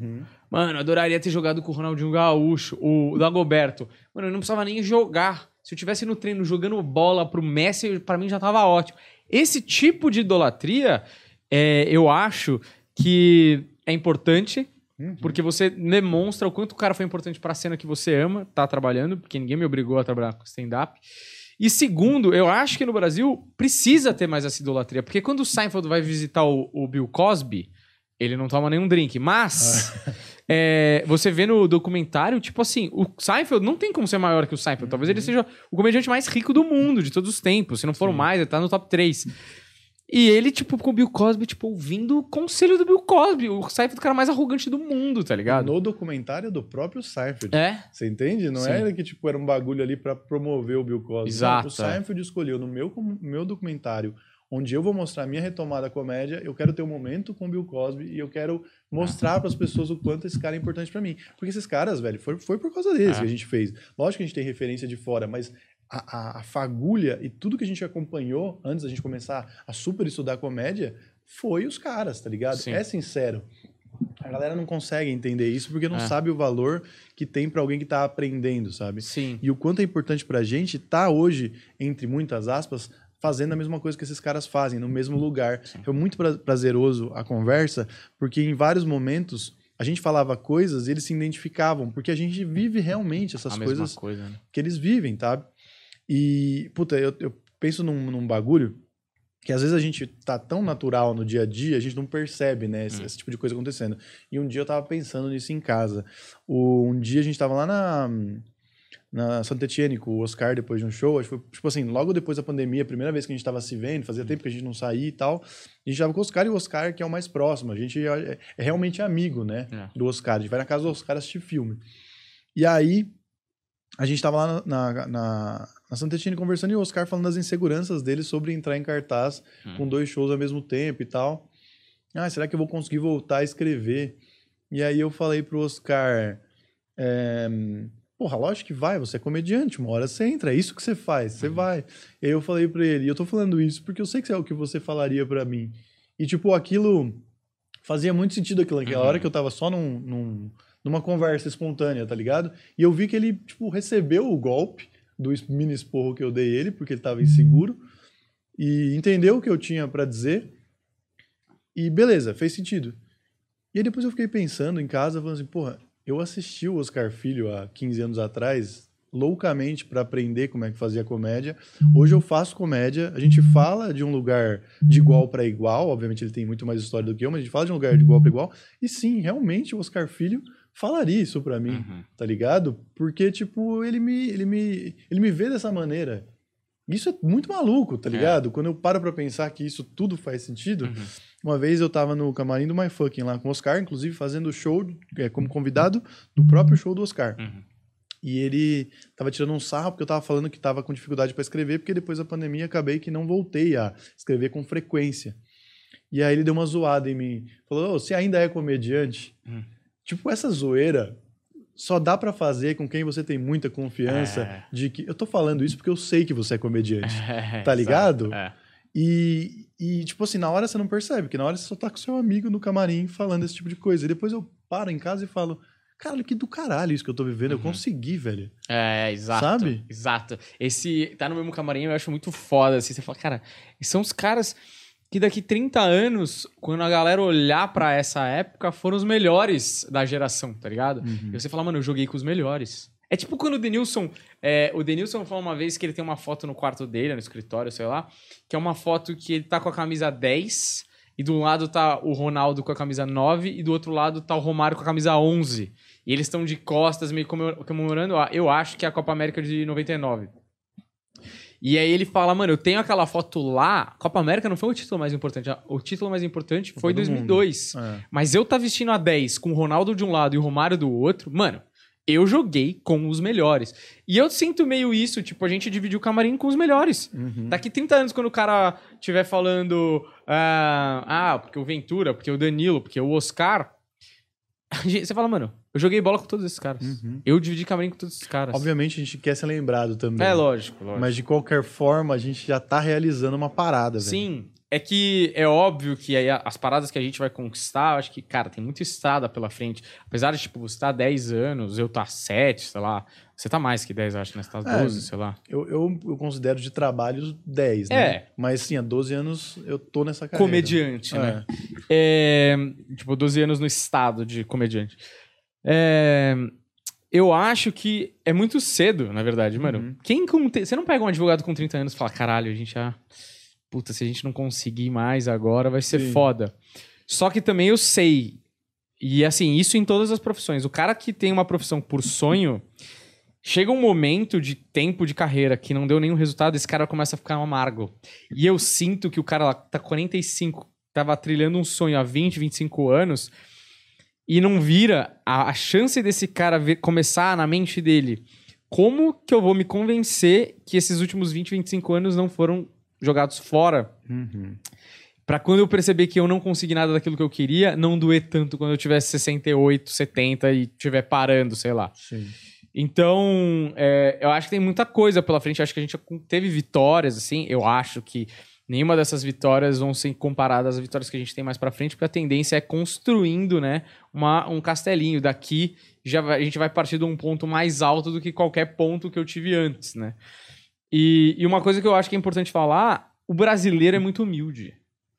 Mano, eu adoraria ter jogado com o Ronaldinho Gaúcho, o Dagoberto. Mano, eu não precisava nem jogar. Se eu tivesse no treino jogando bola pro Messi, pra mim já tava ótimo. Esse tipo de idolatria, eu acho que é importante, porque você demonstra o quanto o cara foi importante pra cena que você ama, tá trabalhando, porque ninguém me obrigou a trabalhar com stand-up. E segundo, eu acho que no Brasil precisa ter mais essa idolatria, porque quando o Seinfeld vai visitar o Bill Cosby, ele não toma nenhum drink, mas... você vê no documentário, tipo assim, o Seinfeld não tem como ser maior que o Seinfeld. Talvez ele seja o comediante mais rico do mundo, de todos os tempos. Se não for mais, ele tá no top 3. E ele, tipo, com o Bill Cosby, tipo, ouvindo o conselho do Bill Cosby. O Seinfeld é o cara mais arrogante do mundo, tá ligado? No documentário do próprio Seinfeld. Você entende? Não era que, tipo, era um bagulho ali pra promover o Bill Cosby. Exato. Não, o Seinfeld escolheu no meu documentário, onde eu vou mostrar a minha retomada à comédia, eu quero ter um momento com o Bill Cosby e eu quero mostrar para as pessoas o quanto esse cara é importante para mim. Porque esses caras, velho, foi por causa deles que a gente fez. Lógico que a gente tem referência de fora, mas a fagulha e tudo que a gente acompanhou antes da gente começar a super estudar comédia foi os caras, tá ligado? Sim. É sincero. A galera não consegue entender isso porque não sabe o valor que tem para alguém que tá aprendendo, sabe? Sim. E o quanto é importante pra gente tá hoje, entre muitas aspas, fazendo a mesma coisa que esses caras fazem, no mesmo lugar. Sim. Foi muito prazeroso a conversa, porque em vários momentos a gente falava coisas e eles se identificavam, porque a gente vive realmente essas coisas né? Que eles vivem, tá? E, puta, eu penso num bagulho que às vezes a gente tá tão natural no dia a dia, a gente não percebe, né, esse tipo de coisa acontecendo. E um dia eu tava pensando nisso em casa. Um dia a gente tava lá na Santa Etienne com o Oscar depois de um show, acho que foi, tipo assim, logo depois da pandemia, a primeira vez que a gente tava se vendo, fazia tempo que a gente não saía e tal, a gente tava com o Oscar, e o Oscar que é o mais próximo, a gente é realmente amigo, né, do Oscar, a gente vai na casa do Oscar assistir filme. E aí, a gente tava lá na Santa Etienne conversando e o Oscar falando das inseguranças dele sobre entrar em cartaz com 2 shows ao mesmo tempo e tal. Será que eu vou conseguir voltar a escrever? E aí eu falei pro Oscar... Porra, lógico que vai, você é comediante, uma hora você entra, é isso que você faz, você vai. E aí eu falei pra ele, e eu tô falando isso porque eu sei que é o que você falaria pra mim. E tipo, aquilo fazia muito sentido naquela hora que eu tava só numa conversa espontânea, tá ligado? E eu vi que ele, tipo, recebeu o golpe do mini esporro que eu dei ele, porque ele tava inseguro, e entendeu o que eu tinha pra dizer, e beleza, fez sentido. E aí depois eu fiquei pensando em casa, falando assim, porra, eu assisti o Oscar Filho há 15 anos atrás, loucamente, para aprender como é que fazia comédia. Hoje eu faço comédia, a gente fala de um lugar de igual para igual, obviamente ele tem muito mais história do que eu, mas a gente fala de um lugar de igual para igual, e sim, realmente o Oscar Filho falaria isso para mim, tá ligado? Porque, tipo, ele me vê dessa maneira. Isso é muito maluco, tá ligado? Quando eu paro pra pensar que isso tudo faz sentido... Uma vez eu tava no camarim do My Fucking lá com o Oscar, inclusive fazendo show como convidado do próprio show do Oscar. E ele tava tirando um sarro porque eu tava falando que tava com dificuldade pra escrever, porque depois da pandemia acabei que não voltei a escrever com frequência. E aí ele deu uma zoada em mim. Falou, você ainda é comediante? Tipo, essa zoeira só dá pra fazer com quem você tem muita confiança de que... Eu tô falando isso porque eu sei que você é comediante. Tá ligado? E, tipo assim, na hora você não percebe, porque na hora você só tá com seu amigo no camarim falando esse tipo de coisa. E depois eu paro em casa e falo, cara, que do caralho isso que eu tô vivendo, eu consegui, velho. Exato. Sabe? Exato. Esse tá no mesmo camarim, eu acho muito foda, assim. Você fala, cara, são os caras que daqui 30 anos, quando a galera olhar pra essa época, foram os melhores da geração, tá ligado? E você fala, mano, eu joguei com os melhores. É tipo quando o Denilson falou uma vez que ele tem uma foto no quarto dele, no escritório, sei lá, que é uma foto que ele tá com a camisa 10 e do lado tá o Ronaldo com a camisa 9 e do outro lado tá o Romário com a camisa 11. E eles estão de costas meio comemorando, eu acho que é a Copa América de 99. E aí ele fala, mano, eu tenho aquela foto lá, a Copa América não foi o título mais importante, o título mais importante foi 2002. Mas eu tá vestindo a 10 com o Ronaldo de um lado e o Romário do outro, mano... Eu joguei com os melhores. E eu sinto meio isso, tipo, a gente dividiu o camarim com os melhores. Daqui 30 anos, quando o cara estiver falando... porque o Ventura, porque o Danilo, porque o Oscar... Você fala, mano, eu joguei bola com todos esses caras. Eu dividi camarim com todos esses caras. Obviamente, a gente quer ser lembrado também. Lógico. Mas, de qualquer forma, a gente já tá realizando uma parada, velho. Sim. É que é óbvio que aí as paradas que a gente vai conquistar, eu acho que, cara, tem muita estrada pela frente. Apesar de, tipo, você tá 10 anos, eu tá 7, sei lá. Você tá mais que 10, acho, né? Você tá 12, sei lá. Eu considero de trabalho 10, né? Mas, sim, há 12 anos eu tô nessa carreira. Comediante, né? Tipo, 12 anos no estado de comediante. Eu acho que é muito cedo, na verdade, mano. Você não pega um advogado com 30 anos e fala, caralho, a gente já... Puta, se a gente não conseguir mais agora, vai ser foda. Só que também eu sei, e assim, isso em todas as profissões. O cara que tem uma profissão por sonho, chega um momento de tempo de carreira que não deu nenhum resultado, esse cara começa a ficar amargo. E eu sinto que o cara lá tá 45, tava trilhando um sonho há 20, 25 anos, e não vira a chance desse cara começar na mente dele. Como que eu vou me convencer que esses últimos 20, 25 anos não foram jogados fora, pra quando eu perceber que eu não consegui nada daquilo que eu queria, não doer tanto quando eu tivesse 68, 70 e estiver parando, sei lá. Sim. Então, eu acho que tem muita coisa pela frente. Eu acho que a gente teve vitórias, assim. Eu acho que nenhuma dessas vitórias vão ser comparadas às vitórias que a gente tem mais pra frente, porque a tendência é construindo, né, um castelinho. Daqui, a gente vai partir de um ponto mais alto do que qualquer ponto que eu tive antes, né? E uma coisa que eu acho que é importante falar, o brasileiro é muito humilde.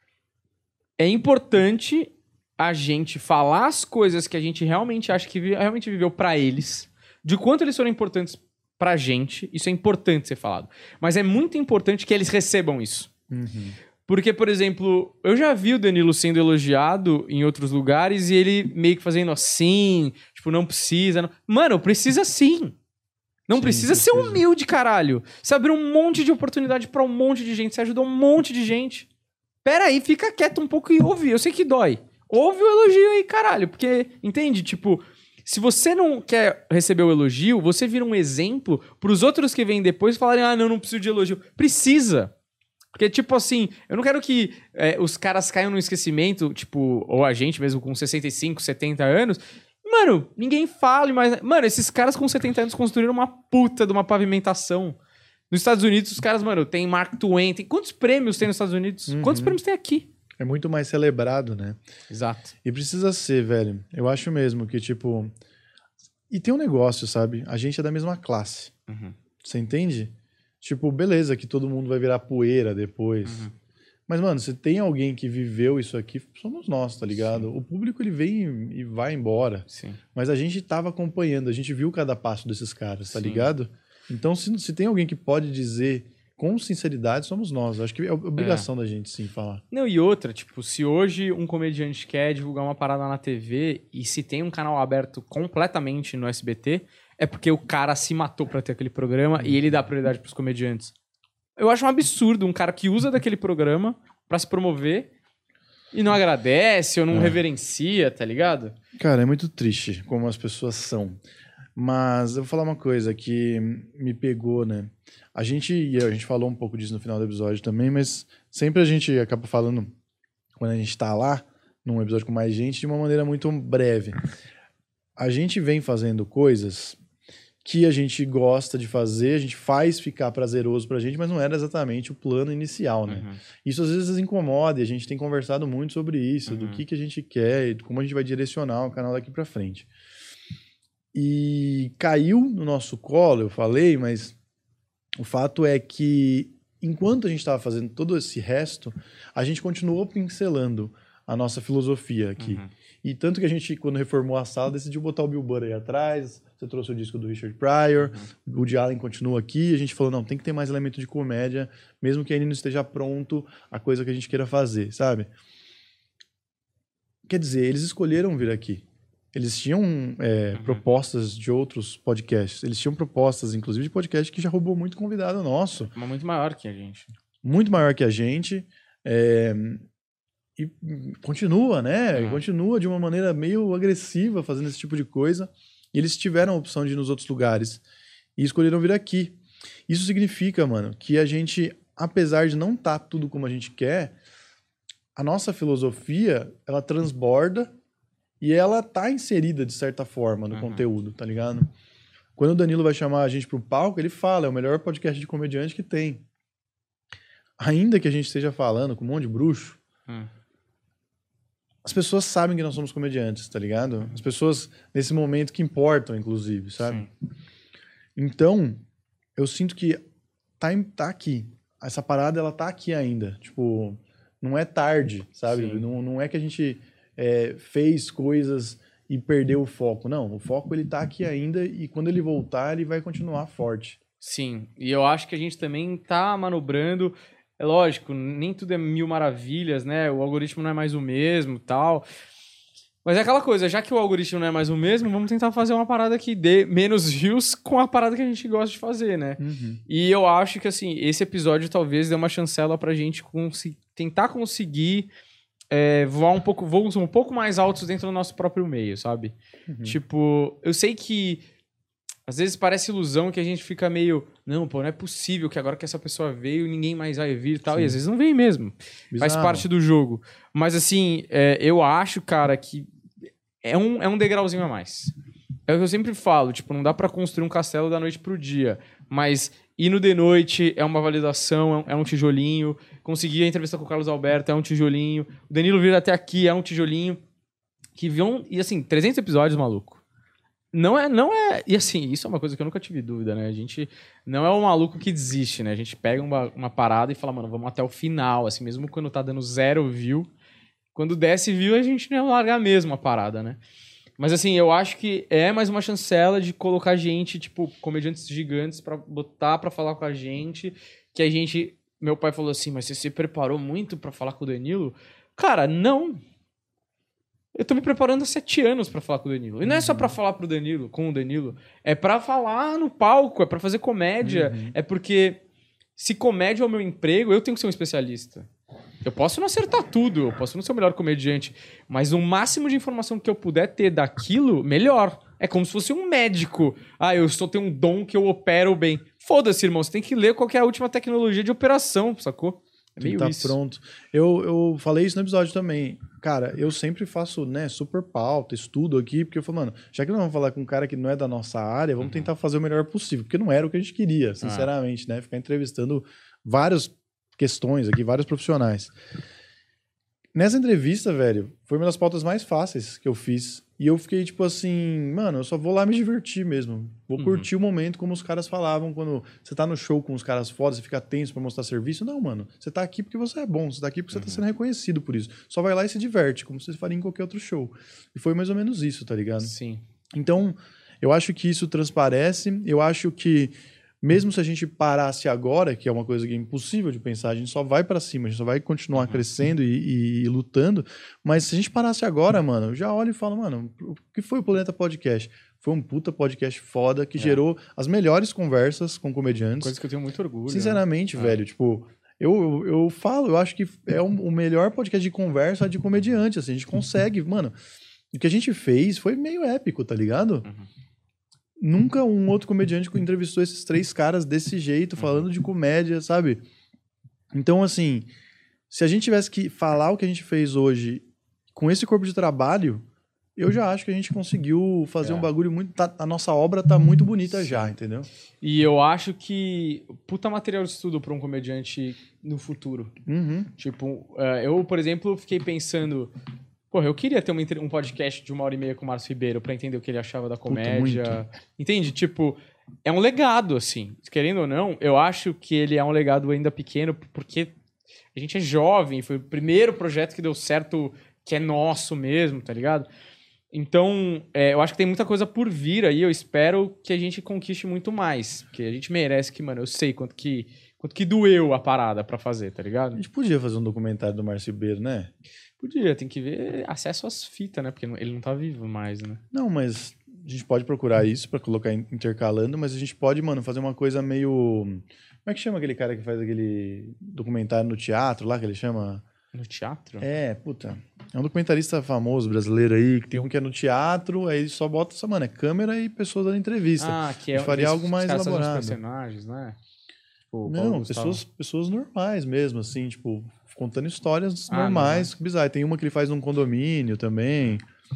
É importante a gente falar as coisas que a gente realmente acha que realmente viveu pra eles, de quanto eles foram importantes pra gente, isso é importante ser falado. Mas é muito importante que eles recebam isso. Porque, por exemplo, eu já vi o Danilo sendo elogiado em outros lugares e ele meio que fazendo assim, tipo, não precisa. Não... Mano, precisa sim. Não precisa ser humilde, caralho. Você abriu um monte de oportunidade pra um monte de gente. Você ajudou um monte de gente. Pera aí, fica quieto um pouco e ouve. Eu sei que dói. Ouve o elogio aí, caralho. Porque, entende? Tipo, se você não quer receber o elogio, você vira um exemplo pros outros que vêm depois falarem, não preciso de elogio. Precisa. Porque, tipo assim, eu não quero que os caras caiam no esquecimento, tipo, ou a gente mesmo com 65, 70 anos... Mano, ninguém fala mais... Mano, esses caras com 70 anos construíram uma puta de uma pavimentação. Nos Estados Unidos, os caras, mano, tem Mark Twain. Quantos prêmios tem nos Estados Unidos? Quantos prêmios tem aqui? É muito mais celebrado, né? Exato. E precisa ser, velho. Eu acho mesmo que, tipo... E tem um negócio, sabe? A gente é da mesma classe. Você entende? Tipo, beleza que todo mundo vai virar poeira depois... Mas, mano, se tem alguém que viveu isso aqui, somos nós, tá ligado? Sim. O público, ele vem e vai embora. Sim. Mas a gente tava acompanhando, a gente viu cada passo desses caras, tá ligado? Então, se tem alguém que pode dizer com sinceridade, somos nós. Acho que é obrigação da gente, sim, falar. Não, e outra, tipo, se hoje um comediante quer divulgar uma parada na TV e se tem um canal aberto completamente no SBT, é porque o cara se matou pra ter aquele programa e ele dá prioridade pros comediantes. Eu acho um absurdo um cara que usa daquele programa pra se promover e não agradece ou não reverencia, tá ligado? Cara, é muito triste como as pessoas são. Mas eu vou falar uma coisa que me pegou, né? A gente falou um pouco disso no final do episódio também, mas sempre a gente acaba falando, quando a gente tá lá, num episódio com mais gente, de uma maneira muito breve. A gente vem fazendo coisas que a gente gosta de fazer, a gente faz ficar prazeroso pra gente, mas não era exatamente o plano inicial, né? Isso às vezes incomoda e a gente tem conversado muito sobre isso, do que a gente quer e como a gente vai direcionar o canal daqui pra frente. E caiu no nosso colo, eu falei, mas o fato é que enquanto a gente estava fazendo todo esse resto, a gente continuou pincelando a nossa filosofia aqui. E tanto que a gente, quando reformou a sala, decidiu botar o Bill Burr aí atrás. Você trouxe o disco do Richard Pryor, o Woody Allen continua aqui. A gente falou, não, tem que ter mais elemento de comédia, mesmo que ainda não esteja pronto a coisa que a gente queira fazer, sabe? Quer dizer, eles escolheram vir aqui. Eles tinham propostas de outros podcasts. Eles tinham propostas, inclusive, de podcast que já roubou muito convidado nosso. Mas muito maior que a gente. Muito maior que a gente. E continua, né? Continua de uma maneira meio agressiva fazendo esse tipo de coisa. E eles tiveram a opção de ir nos outros lugares e escolheram vir aqui. Isso significa, mano, que a gente, apesar de não estar tudo como a gente quer, a nossa filosofia, ela transborda e ela tá inserida, de certa forma, no conteúdo, tá ligado? Quando o Danilo vai chamar a gente pro palco, ele fala, é o melhor podcast de comediante que tem. ainda que a gente esteja falando com um monte de bruxo, as pessoas sabem que nós somos comediantes, tá ligado? As pessoas, nesse momento, que importam, inclusive, sabe? Sim. Então, eu sinto que tá aqui. Essa parada, ela tá aqui ainda. Tipo, não é tarde, sabe? Não é que a gente fez coisas e perdeu o foco. Não, o foco, ele tá aqui ainda e quando ele voltar, ele vai continuar forte. Sim, e eu acho que a gente também tá manobrando. É lógico, nem tudo é mil maravilhas, né? O algoritmo não é mais o mesmo e tal. Mas é aquela coisa, já que o algoritmo não é mais o mesmo, vamos tentar fazer uma parada que dê menos views com a parada que a gente gosta de fazer, né? E eu acho que, assim, esse episódio talvez dê uma chancela pra gente tentar conseguir voos um pouco mais altos dentro do nosso próprio meio, sabe? Tipo, eu sei que às vezes parece ilusão que a gente fica meio... Não, pô, não é possível que agora que essa pessoa veio, ninguém mais vai vir e tal. Sim. E às vezes não vem mesmo. Bizarro. Faz parte do jogo. Mas assim, eu acho, cara, que é um degrauzinho a mais. É o que eu sempre falo. Tipo, não dá pra construir um castelo da noite pro dia. Mas ir no de noite é uma validação, é um tijolinho. Conseguir a entrevista com o Carlos Alberto é um tijolinho. O Danilo vir até aqui é um tijolinho. E assim, 300 episódios, maluco. Não é... E assim, isso é uma coisa que eu nunca tive dúvida, né? A gente não é um maluco que desiste, né? A gente pega uma parada e fala, mano, vamos até o final, assim, mesmo quando tá dando 0 view. Quando desce view, a gente não ia largar mesmo a parada, né? Mas assim, eu acho que é mais uma chancela de colocar gente, tipo, comediantes gigantes pra botar pra falar com a gente, que a gente... Meu pai falou assim, mas você se preparou muito pra falar com o Danilo? Cara, não... Eu tô me preparando há 7 anos pra falar com o Danilo. E não é só pra falar com o Danilo. É pra falar no palco, é pra fazer comédia. É porque se comédia é o meu emprego, eu tenho que ser um especialista. Eu posso não acertar tudo, eu posso não ser o melhor comediante, mas o máximo de informação que eu puder ter daquilo, melhor. É como se fosse um médico. Eu só tenho um dom que eu opero bem. Foda-se, irmão, você tem que ler qual que é a última tecnologia de operação, sacou? É meio isso. Pronto. Eu falei isso no episódio também. Cara, eu sempre faço, né, super pauta, estudo aqui, porque eu falo, mano, já que nós vamos falar com um cara que não é da nossa área, vamos tentar fazer o melhor possível, porque não era o que a gente queria, sinceramente, né? Ficar entrevistando várias questões aqui, vários profissionais. Nessa entrevista, velho, foi uma das pautas mais fáceis que eu fiz. E eu fiquei tipo assim, mano, eu só vou lá me divertir mesmo. Vou curtir o momento como os caras falavam quando você tá no show com os caras foda, você fica tenso pra mostrar serviço. Não, mano, você tá aqui porque você é bom, você tá aqui porque você tá sendo reconhecido por isso. Só vai lá e se diverte, como você faria em qualquer outro show. E foi mais ou menos isso, tá ligado? Sim. Então, eu acho que isso transparece, eu acho que mesmo se a gente parasse agora, que é uma coisa que é impossível de pensar, a gente só vai pra cima, a gente só vai continuar crescendo e lutando, mas se a gente parasse agora, mano, eu já olho e falo, mano, o que foi o Planeta Podcast? Foi um puta podcast foda que gerou as melhores conversas com comediantes. Coisa que eu tenho muito orgulho. Sinceramente, velho, tipo... Eu falo, eu acho que é o melhor podcast de conversa de comediante, assim, a gente consegue, mano, o que a gente fez foi meio épico, tá ligado? Nunca um outro comediante entrevistou esses 3 caras desse jeito, falando de comédia, sabe? Então, assim, se a gente tivesse que falar o que a gente fez hoje com esse corpo de trabalho, eu já acho que a gente conseguiu fazer um bagulho muito... a nossa obra tá muito bonita já, entendeu? E eu acho que puta material de estudo pra um comediante no futuro. Tipo, eu, por exemplo, fiquei pensando... Porra, eu queria ter um podcast de 1h30 com o Márcio Ribeiro pra entender o que ele achava da comédia. Entende? Tipo, é um legado, assim. Querendo ou não, eu acho que ele é um legado ainda pequeno, porque a gente é jovem, foi o primeiro projeto que deu certo, que é nosso mesmo, tá ligado? Então, eu acho que tem muita coisa por vir aí, eu espero que a gente conquiste muito mais, porque a gente merece que, mano, eu sei quanto que doeu a parada pra fazer, tá ligado? A gente podia fazer um documentário do Márcio Ribeiro, né? Podia, tem que ver acesso às fitas, né? Porque ele não tá vivo mais, né? Não, mas a gente pode procurar isso pra colocar intercalando, mas a gente pode, mano, fazer uma coisa meio... Como é que chama aquele cara que faz aquele documentário no teatro lá, que ele chama... No teatro? Puta. É um documentarista famoso brasileiro aí, que tem um que é no teatro, aí só bota essa, mano, câmera e pessoas dando entrevista. Que é... faria algo mais elaborado. Personagens, né? Tipo, não, pessoas normais mesmo, assim, tipo... contando histórias normais, bizarro. Tem uma que ele faz num condomínio também.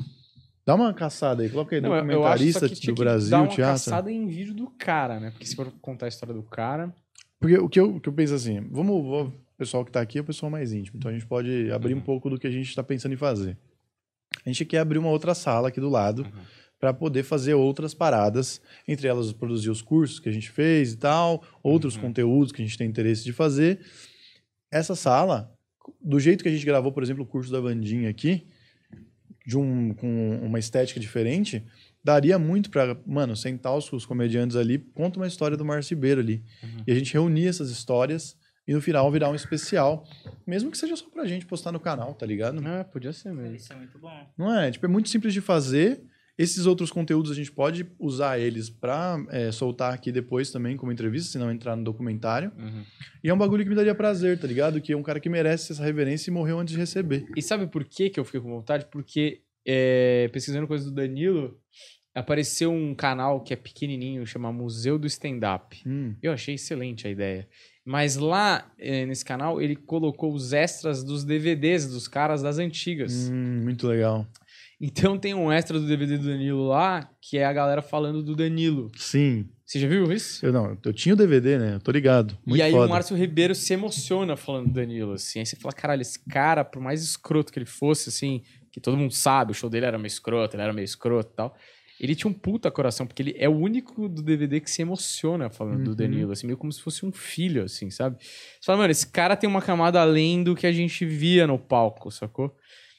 Dá uma caçada aí, coloca aí, documentarista do Brasil, dá uma teatro. caçada em vídeo do cara, né? Porque se for contar a história do cara... Porque o que eu penso assim, vamos O pessoal que tá aqui é o pessoal mais íntimo. Então a gente pode abrir um pouco do que a gente está pensando em fazer. A gente quer abrir uma outra sala aqui do lado para poder fazer outras paradas, entre elas produzir os cursos que a gente fez e tal, outros conteúdos que a gente tem interesse de fazer. Essa sala, do jeito que a gente gravou, por exemplo, o curso da Vandinha aqui, com uma estética diferente, daria muito para, mano, sentar os comediantes ali, conta uma história do Márcio Ribeiro ali. E a gente reunir essas histórias e no final virar um especial. Mesmo que seja só pra gente postar no canal, tá ligado? Podia ser mesmo. Isso é muito bom. Não é? Tipo, é muito simples de fazer. Esses outros conteúdos a gente pode usar eles pra soltar aqui depois também como entrevista, se não entrar no documentário. E é um bagulho que me daria prazer, tá ligado? Que é um cara que merece essa reverência e morreu antes de receber. E sabe por que eu fiquei com vontade? Porque pesquisando coisas do Danilo, apareceu um canal que é pequenininho, chama Museu do Stand-Up. Eu achei excelente a ideia. Mas lá, nesse canal, ele colocou os extras dos DVDs dos caras das antigas. Muito legal. Então tem um extra do DVD do Danilo lá, que é a galera falando do Danilo. Sim. Você já viu isso? Eu tinha o DVD, né? Eu tô ligado. Muito e aí foda. O Márcio Ribeiro se emociona falando do Danilo, assim. Aí você fala, caralho, esse cara, por mais escroto que ele fosse, assim, que todo mundo sabe, o show dele era meio escroto, ele era meio escroto e tal. Ele tinha um puta coração, porque ele é o único do DVD que se emociona falando do Danilo, assim, meio como se fosse um filho, assim, sabe? Você fala, mano, esse cara tem uma camada além do que a gente via no palco, sacou?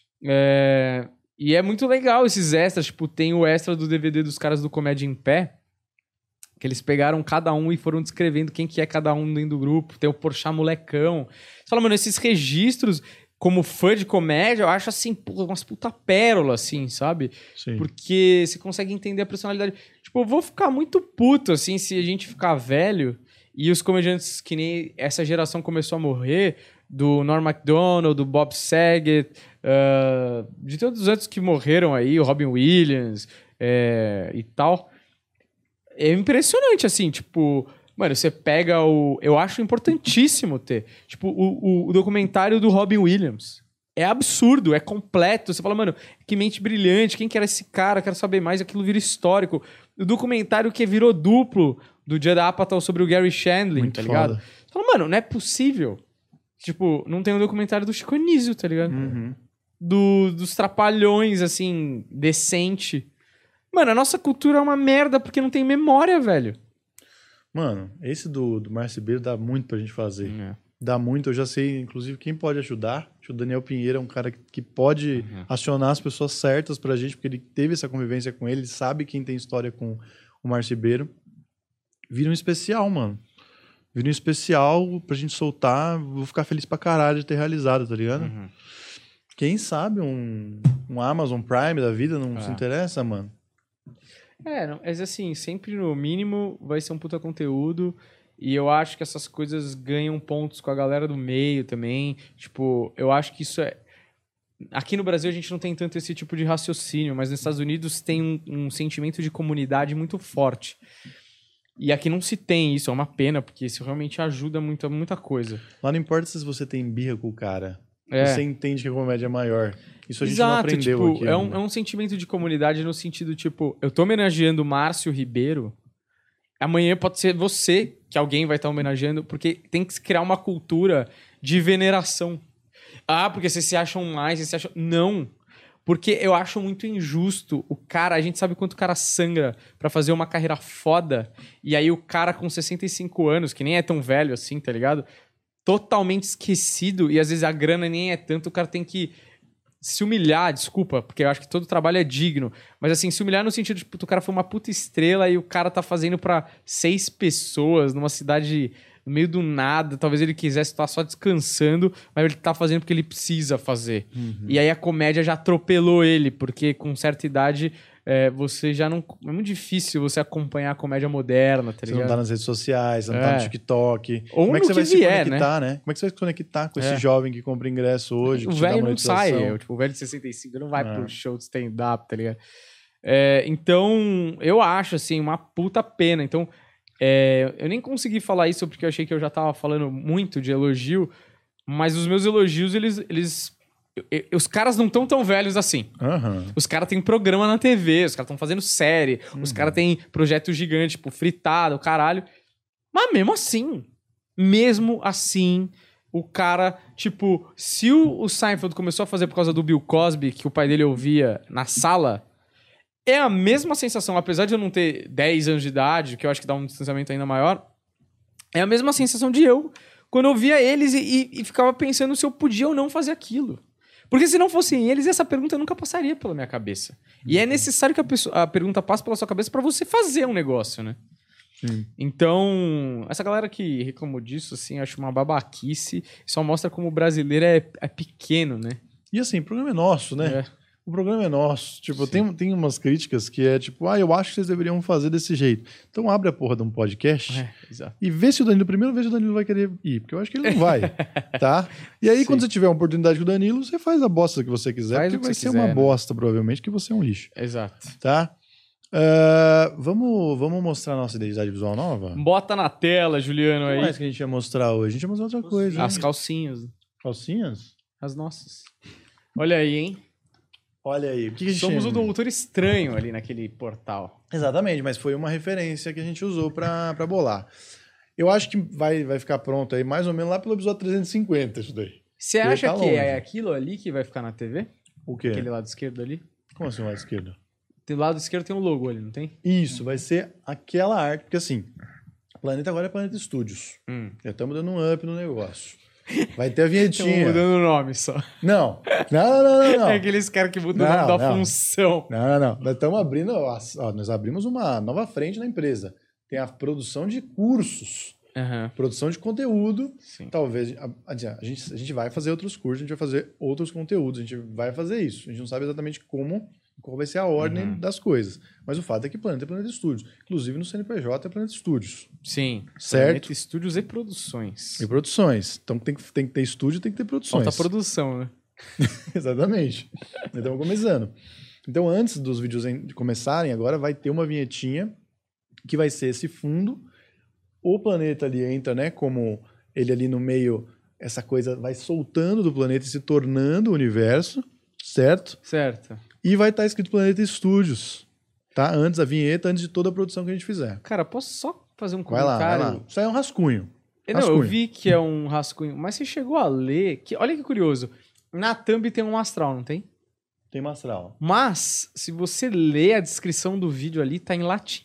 E é muito legal esses extras, tipo, tem o extra do DVD dos caras do Comédia em Pé, que eles pegaram cada um e foram descrevendo quem que é cada um dentro do grupo. Tem o Porchat Molecão. Você fala, mano, esses registros, como fã de comédia, eu acho, assim, umas puta pérola, assim, sabe? Sim. Porque você consegue entender a personalidade. Tipo, eu vou ficar muito puto, assim, se a gente ficar velho e os comediantes que nem essa geração começou a morrer, do Norm Macdonald, do Bob Saget, de todos os outros que morreram aí, o Robin Williams e tal. É impressionante, assim, tipo... Mano, você pega o... Eu acho importantíssimo ter. Tipo, o documentário do Robin Williams. É absurdo, é completo. Você fala, mano, que mente brilhante. Quem que era esse cara? Quero saber mais. Aquilo vira histórico. O documentário que virou duplo do Judd Apatow sobre o Gary Shandling, muito tá ligado? foda. Você fala, mano, não é possível. Tipo, não tem um documentário do Chico Anísio, tá ligado? Dos Trapalhões, assim, decente. Mano, a nossa cultura é uma merda porque não tem memória, velho. Mano, esse do Márcio Ribeiro dá muito pra gente fazer. Dá muito, eu já sei, inclusive, quem pode ajudar. O Daniel Pinheiro é um cara que pode acionar as pessoas certas pra gente, porque ele teve essa convivência com ele sabe quem tem história com o Márcio Ribeiro. Vira um especial, mano. Vira um especial pra gente soltar. Vou ficar feliz pra caralho de ter realizado, tá ligado? Quem sabe um Amazon Prime da vida não se interessa, mano? Não, mas assim, sempre no mínimo vai ser um puta conteúdo e eu acho que essas coisas ganham pontos com a galera do meio também. Tipo, eu acho que isso é... Aqui no Brasil a gente não tem tanto esse tipo de raciocínio, mas nos Estados Unidos tem um sentimento de comunidade muito forte. E aqui não se tem isso, é uma pena, porque isso realmente ajuda muito a muita coisa. Lá não importa se você tem birra com o cara. Você entende que a comédia é maior. Isso a gente não aprendeu tipo, aqui. É um sentimento de comunidade no sentido, tipo, eu tô homenageando o Márcio Ribeiro, amanhã pode ser você que alguém vai estar homenageando, porque tem que se criar uma cultura de veneração. Porque vocês se acham mais, vocês se acham... Não. Porque eu acho muito injusto o cara... A gente sabe quanto o cara sangra pra fazer uma carreira foda, e aí o cara com 65 anos, que nem é tão velho assim, tá ligado? Totalmente esquecido, e às vezes a grana nem é tanto, o cara tem que se humilhar, desculpa, porque eu acho que todo trabalho é digno, mas assim, se humilhar no sentido de, o cara foi uma puta estrela e o cara tá fazendo pra 6 pessoas numa cidade no meio do nada, talvez ele quisesse estar só descansando, mas ele tá fazendo porque ele precisa fazer. E aí a comédia já atropelou ele, porque com certa idade... você já não... É muito difícil você acompanhar a comédia moderna, tá ligado? Você não tá nas redes sociais, você não tá no TikTok. Ou como é que você vai se conectar, né? Como é que você vai se conectar com esse jovem que compra ingresso hoje? O velho não sai. O velho de 65 não vai pro show de stand-up, tá ligado? Então, eu acho, assim, uma puta pena. Então, eu nem consegui falar isso porque eu achei que eu já tava falando muito de elogio, mas os meus elogios, eles os caras não estão tão velhos assim. Os caras têm programa na TV, os caras estão fazendo série, os caras têm projeto gigante, tipo, fritado, caralho. Mas mesmo assim, o cara, tipo, se o Seinfeld começou a fazer por causa do Bill Cosby, que o pai dele ouvia na sala, é a mesma sensação, apesar de eu não ter 10 anos de idade, que eu acho que dá um distanciamento ainda maior, é a mesma sensação de eu, quando eu via eles e ficava pensando se eu podia ou não fazer aquilo. Porque se não fossem eles, essa pergunta nunca passaria pela minha cabeça. E é necessário que a pergunta passe pela sua cabeça pra você fazer um negócio, né? Sim. Então, essa galera que reclamou disso, assim, acho uma babaquice. Só mostra como o brasileiro é pequeno, né? E assim, o programa é nosso, né? O programa é nosso. Tipo, tem umas críticas que é tipo, eu acho que vocês deveriam fazer desse jeito. Então abre a porra de um podcast e vê se o Danilo, primeiro vê se o Danilo vai querer ir, porque eu acho que ele não vai, tá? E aí, quando você tiver uma oportunidade com o Danilo, você faz a bosta que você quiser, porque vai ser uma bosta, provavelmente, que você é um lixo. Exato. Tá? Vamos mostrar a nossa identidade visual nova? Bota na tela, Juliano, aí. O que mais que a gente ia mostrar hoje? A gente ia mostrar outra coisa. As calcinhas. Calcinhas? As nossas. Olha aí, hein? Olha aí. O que a gente Somos o Doutor Estranho ali naquele portal. Exatamente, mas foi uma referência que a gente usou pra bolar. Eu acho que vai ficar pronto aí mais ou menos lá pelo episódio 350 isso daí. Você acha que é aquilo ali que vai ficar na TV? O quê? Aquele lado esquerdo ali? Como assim o lado esquerdo? Do lado esquerdo tem um logo ali, não tem? Isso, vai ser aquela arte, porque assim, o Planeta agora é Planeta Studios. Já estamos dando um up no negócio. Vai ter a vinhetinha. Estão mudando o nome só. Não. É aqueles caras que mudam o nome da função. Não. Nós estamos abrindo, nós abrimos uma nova frente na empresa. Tem a produção de cursos, produção de conteúdo. Sim. Talvez, a gente vai fazer outros cursos, a gente vai fazer outros conteúdos, a gente vai fazer isso. A gente não sabe exatamente qual vai ser a ordem das coisas. Mas o fato é que Planeta é Planeta Studios. Inclusive no CNPJ é Planeta Studios. Sim. Certo? Planeta Studios e produções. E produções. Então tem que ter estúdio, tem que ter produções. Falta produção, né? Exatamente. Estamos começando. Então antes dos vídeos começarem, agora vai ter uma vinhetinha que vai ser esse fundo. O planeta ali entra, né? Como ele ali no meio, essa coisa vai soltando do planeta e se tornando o universo. Certo? Certo. E vai estar escrito Planeta Studios, tá? Antes da vinheta, antes de toda a produção que a gente fizer. Cara, posso só fazer um comentário? Vai lá. Isso aí é um rascunho. Não, eu vi que é um rascunho, mas você chegou a ler... Olha que curioso. Na thumb tem um astral, não tem? Tem um astral. Mas, se você ler a descrição do vídeo ali, tá em latim.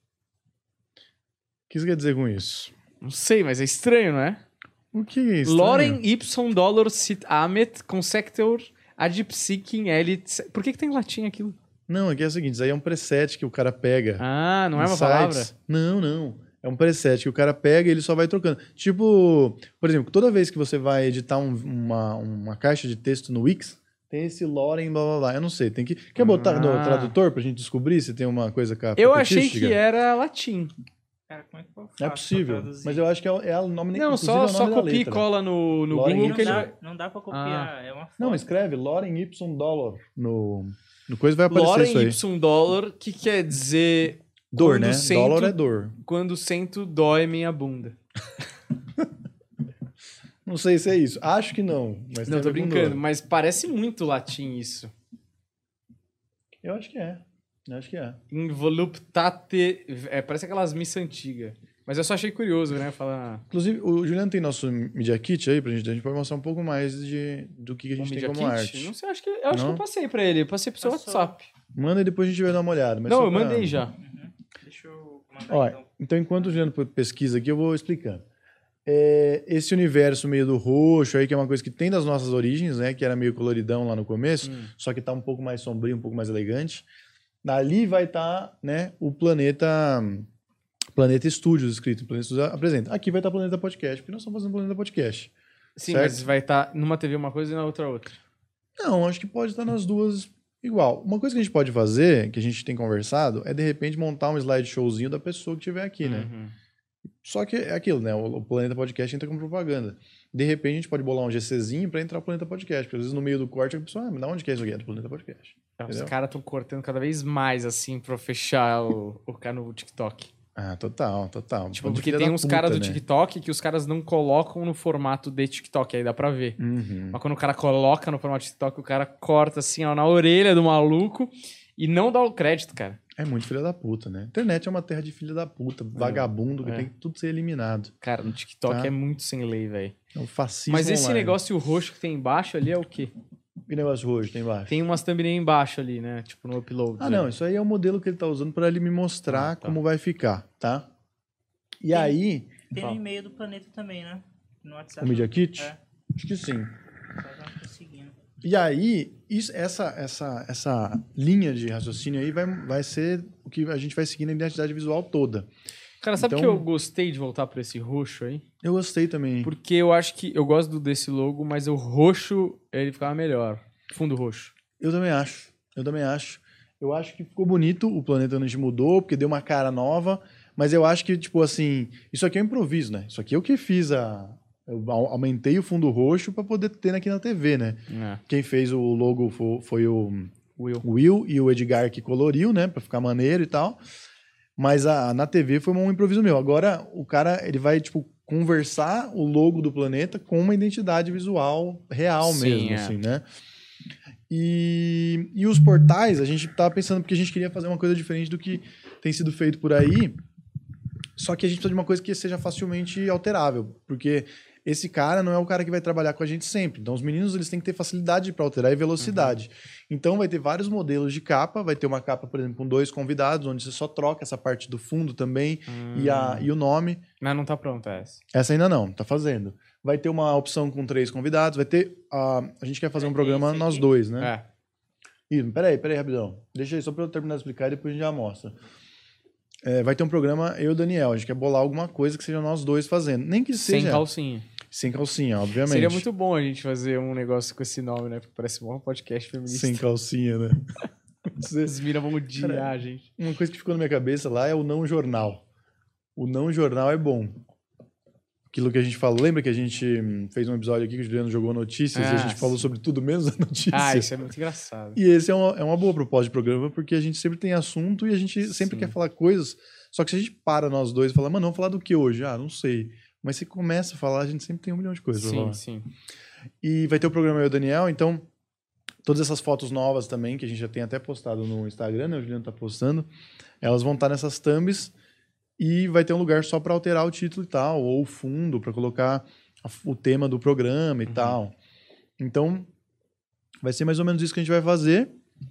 O que você quer dizer com isso? Não sei, mas é estranho, não é? O que é estranho? Loren ipsum dolor sit amet consector adipsiquin elit... Por que tem em latim aquilo? Não, aqui é o seguinte, isso aí é um preset que o cara pega. Ah, não é uma palavra? Não. É um preset que o cara pega e ele só vai trocando. Tipo, por exemplo, toda vez que você vai editar uma caixa de texto no Wix, tem esse Loren, blá, blá, blá. Eu não sei, tem que... Quer botar no tradutor pra gente descobrir se tem uma coisa com a Eu achei que era latim. Cara, como é que eu faço? É possível, mas eu acho que é o nome... Não, só copia e cola no Google. Não dá pra copiar, é uma foto. Não, escreve Loren ipsum dolor no coisa, vai aparecer isso aí. Loren ipsum dolor, que quer dizer... Dor, né? Dólar é dor. Quando sento, dói minha bunda. Não sei se é isso. Acho que não. Mas não, tô brincando, mas parece muito latim isso. Eu acho que é. Involuptate... parece aquelas missas antigas. Mas eu só achei curioso, né? Falar... Inclusive, o Juliano tem nosso Media Kit aí pra gente. A gente pode mostrar um pouco mais do que a gente tem como kit? arte. Não sei, eu acho que eu passei pra ele. Eu passei pro seu WhatsApp. Manda e depois a gente vai dar uma olhada. Mas não, eu mandei já. Deixa eu mandar então enquanto o Juliano pesquisa aqui, eu vou explicando. Esse universo meio do roxo aí, que é uma coisa que tem das nossas origens, né? Que era meio coloridão lá no começo, só que tá um pouco mais sombrio, um pouco mais elegante. Dali vai estar, né, o Planeta Studios escrito. Planeta Studios apresenta. Aqui vai estar Planeta Podcast, porque nós estamos fazendo Planeta Podcast. Sim, certo? Mas vai estar numa TV uma coisa e na outra. Não, acho que pode estar nas duas igual. Uma coisa que a gente pode fazer, que a gente tem conversado, é de repente montar um slideshowzinho da pessoa que estiver aqui, né? Só que é aquilo, né? O Planeta Podcast entra com propaganda. De repente a gente pode bolar um GCzinho pra entrar no Planeta Podcast. Porque às vezes no meio do corte a pessoa, mas da onde que é isso aqui? É do Planeta Podcast. Os caras estão cortando cada vez mais, assim, pra fechar o cara no TikTok. Ah, total. Tipo, porque tem uns caras do TikTok que os caras não colocam no formato de TikTok, aí dá pra ver. Mas quando o cara coloca no formato de TikTok, o cara corta, assim, ó, na orelha do maluco e não dá o crédito, cara. É muito filha da puta, né? A internet é uma terra de filha da puta, vagabundo, que tem que tudo ser eliminado. Cara, no TikTok é muito sem lei, velho. É o fascismo. Mas esse online. negócio roxo que tem embaixo ali é o quê? Que negócio roxo tem embaixo? Tem umas thumbnail embaixo ali, né? Tipo no upload. Não, isso aí é o modelo que ele tá usando para ele me mostrar como vai ficar, tá? E aí... Tem no e-mail do Planeta também, né? No WhatsApp. O Media Kit? É. Acho que sim. Seguindo. E aí, essa linha de raciocínio aí vai ser o que a gente vai seguir na identidade visual toda. Cara, sabe que eu gostei de voltar pra esse roxo aí? Eu gostei também. Porque eu acho que... Eu gosto desse logo, mas o roxo, ele ficava melhor. Fundo roxo. Eu também acho. Eu acho que ficou bonito, o Planeta a gente mudou, porque deu uma cara nova, mas eu acho que, tipo assim, isso aqui é um improviso, né? Isso aqui é o que fiz eu aumentei o fundo roxo para poder ter aqui na TV, né? Quem fez o logo foi o Will e o Edgar que coloriu, né? Pra ficar maneiro e tal. Mas na TV foi um improviso meu. Agora, o cara, ele vai, tipo, conversar o logo do Planeta com uma identidade visual real mesmo, assim, né? E os portais, a gente tava pensando, porque a gente queria fazer uma coisa diferente do que tem sido feito por aí, só que a gente precisa de uma coisa que seja facilmente alterável, porque esse cara não é o cara que vai trabalhar com a gente sempre. Então, os meninos eles têm que ter facilidade para alterar e velocidade. Então, vai ter vários modelos de capa. Vai ter uma capa, por exemplo, com 2 convidados, onde você só troca essa parte do fundo também e o nome. Mas não tá pronta essa. Essa ainda não, tá fazendo. Vai ter uma opção com 3 convidados. Vai ter... a gente quer fazer um programa nós dois, né? Peraí, rapidão. Deixa aí só para eu terminar de explicar e depois a gente já mostra. Vai ter um programa, eu e o Daniel. A gente quer bolar alguma coisa que seja nós dois fazendo. Nem que seja... Sem calcinha. Sem calcinha, obviamente. Seria muito bom a gente fazer um negócio com esse nome, né? Porque parece um podcast feminista. Sem calcinha, né? As minas vão odiar, gente. Uma coisa que ficou na minha cabeça lá é o não jornal. O não jornal é bom. Aquilo que a gente falou, lembra que a gente fez um episódio aqui que o Juliano jogou notícias e a gente falou sobre tudo menos a notícia? Isso é muito engraçado. E esse é uma boa proposta de programa, porque a gente sempre tem assunto e a gente sempre quer falar coisas. Só que se a gente para nós dois e fala, mano, vamos falar do que hoje? Não sei. Mas se começa a falar, a gente sempre tem 1 milhão de coisas pra falar. Sim. E vai ter o programa Eu e o Daniel, então todas essas fotos novas também, que a gente já tem até postado no Instagram, né? O Juliano tá postando, elas vão estar nessas thumbs e vai ter um lugar só para alterar o título e tal, ou o fundo, para colocar o tema do programa e tal. Então, vai ser mais ou menos isso que a gente vai fazer.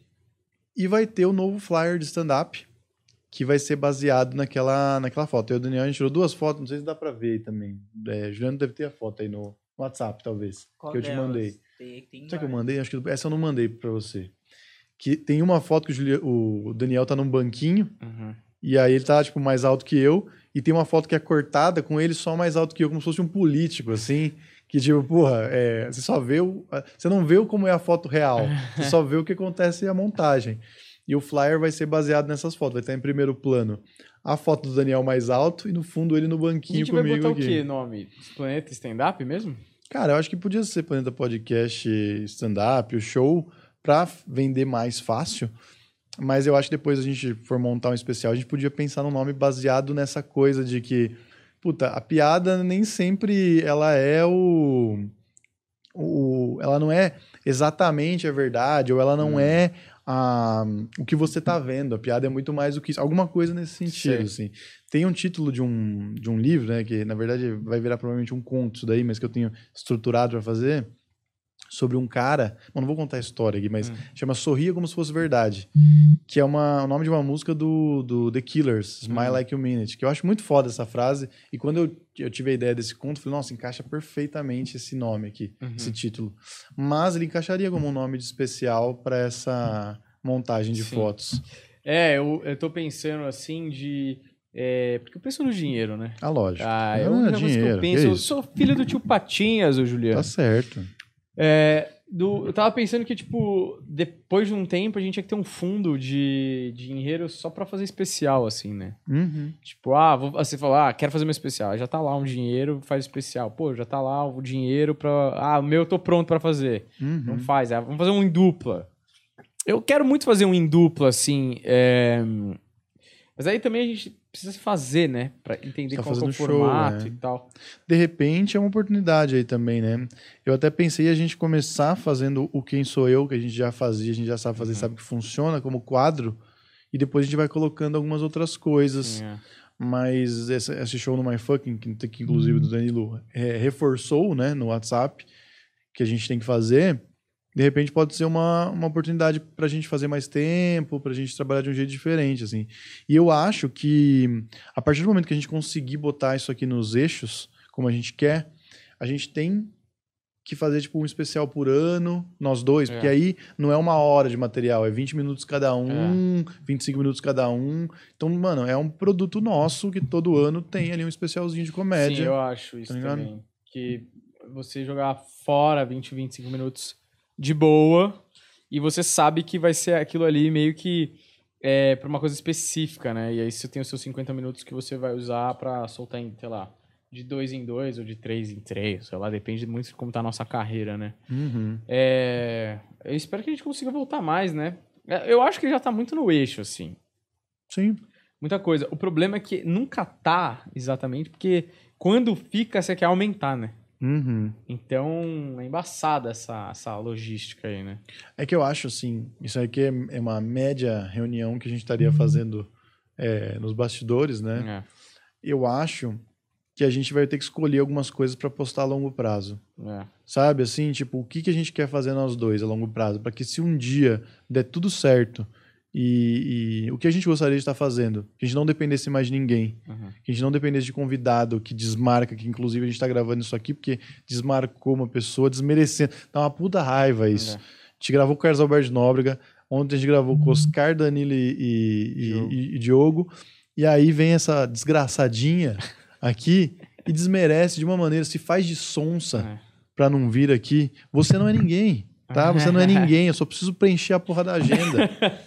E vai ter o novo flyer de stand-up, que vai ser baseado naquela foto. Eu e o Daniel, a gente tirou 2 fotos, não sei se dá pra ver aí também. Juliano deve ter a foto aí no WhatsApp, talvez. Qual que eu te mandei. Tem Será que eu mandei? Acho que essa eu não mandei pra você. Que tem uma foto que o Daniel tá num banquinho, e aí ele tá, tipo, mais alto que eu, e tem uma foto que é cortada com ele só mais alto que eu, como se fosse um político, assim, que tipo, porra, você só vê você não vê como é a foto real, você só vê o que acontece a montagem. E o flyer vai ser baseado nessas fotos. Vai estar em primeiro plano a foto do Daniel mais alto e no fundo ele no banquinho comigo aqui. A gente vai botar o quê? Nome? Planeta Stand-Up mesmo? Cara, eu acho que podia ser Planeta Podcast Stand-Up, o show, pra vender mais fácil. Mas eu acho que depois a gente for montar um especial, a gente podia pensar num nome baseado nessa coisa de que, puta, a piada nem sempre ela é ela não é exatamente a verdade, ou ela não é o que você tá vendo. A piada é muito mais do que isso. Alguma coisa nesse sentido, assim. Tem um título de um livro, né? Que, na verdade, vai virar provavelmente um conto isso daí, mas que eu tenho estruturado para fazer, sobre um cara... Bom, não vou contar a história aqui, mas chama Sorria Como Se Fosse Verdade, que é o nome de uma música do The Killers, Smile Like You Mean It, que eu acho muito foda essa frase, e quando eu tive a ideia desse conto, eu falei, nossa, encaixa perfeitamente esse nome aqui, esse título. Mas ele encaixaria como um nome de especial para essa montagem de fotos. Eu tô pensando assim porque eu penso no dinheiro, né? Lógico. Não é dinheiro. Eu sou filho do tio Patinhas, o Juliano. Tá certo. Eu tava pensando que, tipo, depois de um tempo a gente tinha que ter um fundo de dinheiro só pra fazer especial, assim, né? Tipo, você fala, quero fazer meu especial. Já tá lá um dinheiro, faz especial. Pô, já tá lá o dinheiro pra... o meu eu tô pronto pra fazer. Não faz. Vamos fazer um em dupla. Eu quero muito fazer um em dupla, assim, mas aí também a gente precisa fazer, né? Pra entender qual é o formato e tal. De repente é uma oportunidade aí também, né? Eu até pensei a gente começar fazendo o Quem Sou Eu, que a gente já fazia, a gente já sabe fazer, sabe que funciona como quadro, e depois a gente vai colocando algumas outras coisas. mas esse show no My Fucking, que inclusive do Danilo reforçou, né, no WhatsApp, que a gente tem que fazer, de repente pode ser uma oportunidade pra gente fazer mais tempo, pra gente trabalhar de um jeito diferente, assim. E eu acho que, a partir do momento que a gente conseguir botar isso aqui nos eixos, como a gente quer, a gente tem que fazer, tipo, um especial por ano, nós dois, porque aí não é 1 hora de material, é 20 minutos cada um, 25 minutos cada um. Então, mano, é um produto nosso que todo ano tem ali um especialzinho de comédia. Sim, eu acho isso também. Que você jogar fora 20, 25 minutos de boa e você sabe que vai ser aquilo ali meio que pra uma coisa específica, né? E aí você tem os seus 50 minutos que você vai usar pra soltar em, sei lá, de 2 em 2 ou de 3 em 3, sei lá, depende muito de como tá a nossa carreira, né? Uhum. Eu espero que a gente consiga voltar mais, né? Eu acho que já tá muito no eixo, assim. Sim. Muita coisa. O problema é que nunca tá exatamente, porque quando fica, você quer aumentar, né? Uhum. Então, é embaçada essa logística aí, né? É que eu acho, assim, isso aqui é uma média reunião que a gente estaria fazendo nos bastidores, né? Eu acho que a gente vai ter que escolher algumas coisas para postar a longo prazo. Sabe, assim, tipo, o que a gente quer fazer nós dois a longo prazo? Para que se um dia der tudo certo e o que a gente gostaria de estar fazendo, que a gente não dependesse mais de ninguém, que a gente não dependesse de convidado, que desmarca, que inclusive a gente está gravando isso aqui porque desmarcou uma pessoa, desmerecendo. Dá uma puta raiva isso. A gente gravou com o Carlos Alberto de Nóbrega, ontem a gente gravou com Oscar, Danilo e Diogo, e aí vem essa desgraçadinha aqui e desmerece de uma maneira, se faz de sonsa pra não vir aqui. Você não é ninguém, tá? Você não é ninguém, eu só preciso preencher a porra da agenda.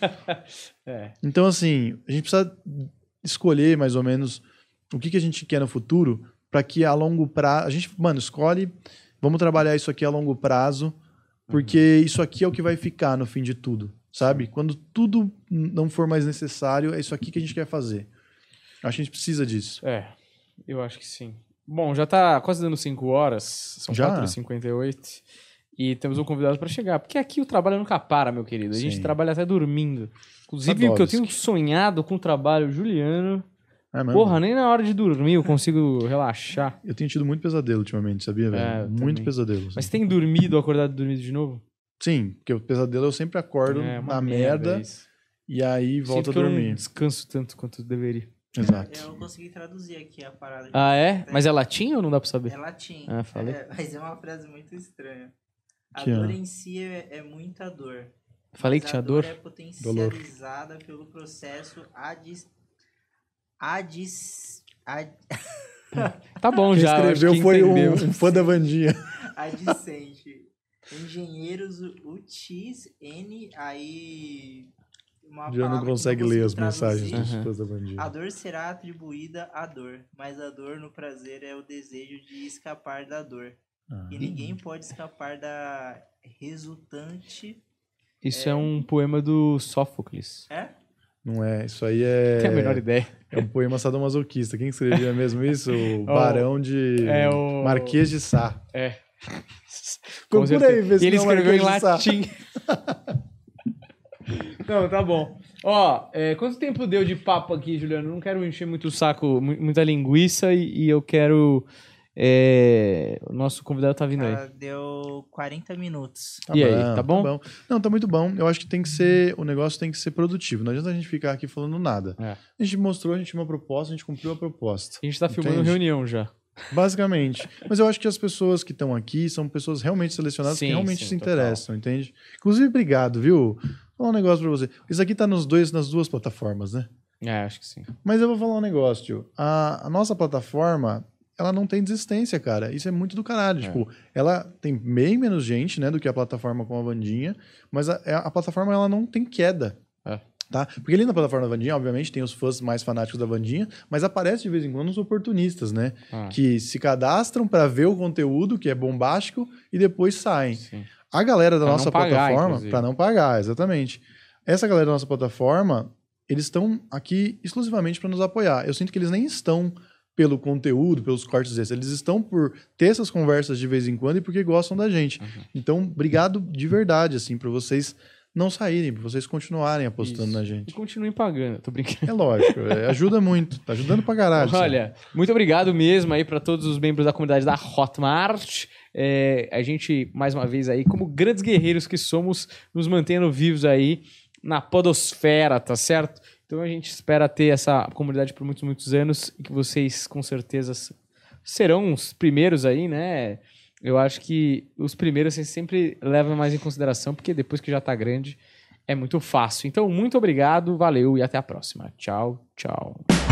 Então, assim, a gente precisa escolher mais ou menos o que a gente quer no futuro pra que a longo prazo... A gente, mano, escolhe, vamos trabalhar isso aqui a longo prazo, porque isso aqui é o que vai ficar no fim de tudo, sabe? Quando tudo não for mais necessário, é isso aqui que a gente quer fazer. Acho que a gente precisa disso. Eu acho que sim. Bom, já tá quase dando 5 horas, são 4h58, e temos um convidado para chegar, porque aqui o trabalho nunca para, meu querido. A gente trabalha até dormindo. Inclusive, o que eu tenho sonhado com o trabalho, Juliano... Porra, nem na hora de dormir eu consigo relaxar. Eu tenho tido muito pesadelo ultimamente, sabia, velho? Muito pesadelo. Assim. Mas tem dormido, acordado e dormido de novo? Sim, porque o pesadelo eu sempre acordo na merda e aí volto a dormir. Eu não descanso tanto quanto deveria. Exato. Eu consegui traduzir aqui a parada. Mas é latim ou não dá pra saber? É latim. Falei. Mas é uma frase muito estranha. A dor em si é muita dor. Falei que tinha dor? A dor é potencializada pelo processo Tá bom. Quem já. escreveu foi um fã da Vandinha. Adicente. Engenheiros UTIS N aí... Já não consegue ler as mensagens dos fãs da Vandinha. A dor será atribuída à dor, mas a dor no prazer é o desejo de escapar da dor. E ninguém pode escapar da resultante... Isso é um poema do Sófocles. Não é, isso aí é... Tem a menor ideia. É um poema sadomasoquista. Quem escrevia mesmo isso? O Barão de... Marquês de Sá. Procura aí, ver se ele não é escreveu em Marquês de latim. Não, tá bom. Ó, quanto tempo deu de papo aqui, Juliano? Não quero encher muito o saco, muita linguiça e eu quero... O nosso convidado tá vindo aí. Deu 40 minutos. E aí, tá bom? Não, tá muito bom. Eu acho que tem que ser... O negócio tem que ser produtivo. Não adianta a gente ficar aqui falando nada. A gente mostrou, a gente tinha uma proposta, a gente cumpriu a proposta. A gente tá filmando reunião já. Basicamente. Mas eu acho que as pessoas que estão aqui são pessoas realmente selecionadas que realmente se interessam, entende? Inclusive, obrigado, viu? Vou falar um negócio pra você. Isso aqui tá nas duas plataformas, né? Acho que sim. Mas eu vou falar um negócio, tio. A nossa plataforma, ela não tem desistência, cara. Isso é muito do caralho. Tipo, ela tem bem menos gente, né, do que a plataforma com a Vandinha, mas a plataforma, ela não tem queda. Tá? Porque ali na plataforma da Vandinha, obviamente, tem os fãs mais fanáticos da Vandinha, mas aparece de vez em quando os oportunistas, né? Que se cadastram para ver o conteúdo, que é bombástico, e depois saem. Sim. A galera da nossa plataforma, para não pagar, exatamente. Essa galera da nossa plataforma, eles estão aqui exclusivamente para nos apoiar. Eu sinto que eles nem estão pelo conteúdo, pelos cortes desses. Eles estão por ter essas conversas de vez em quando e porque gostam da gente. Então, obrigado de verdade, assim, para vocês não saírem, pra vocês continuarem apostando na gente. E continuem pagando, tô brincando. É lógico, ajuda muito, tá ajudando pra caralho. Olha, muito obrigado mesmo aí pra todos os membros da comunidade da Hotmart. A gente, mais uma vez aí, como grandes guerreiros que somos, nos mantendo vivos aí na podosfera, tá certo? Então a gente espera ter essa comunidade por muitos, muitos anos e que vocês, com certeza, serão os primeiros aí, né? Eu acho que os primeiros você sempre leva mais em consideração, porque depois que já tá grande, é muito fácil. Então, muito obrigado, valeu e até a próxima. Tchau, tchau.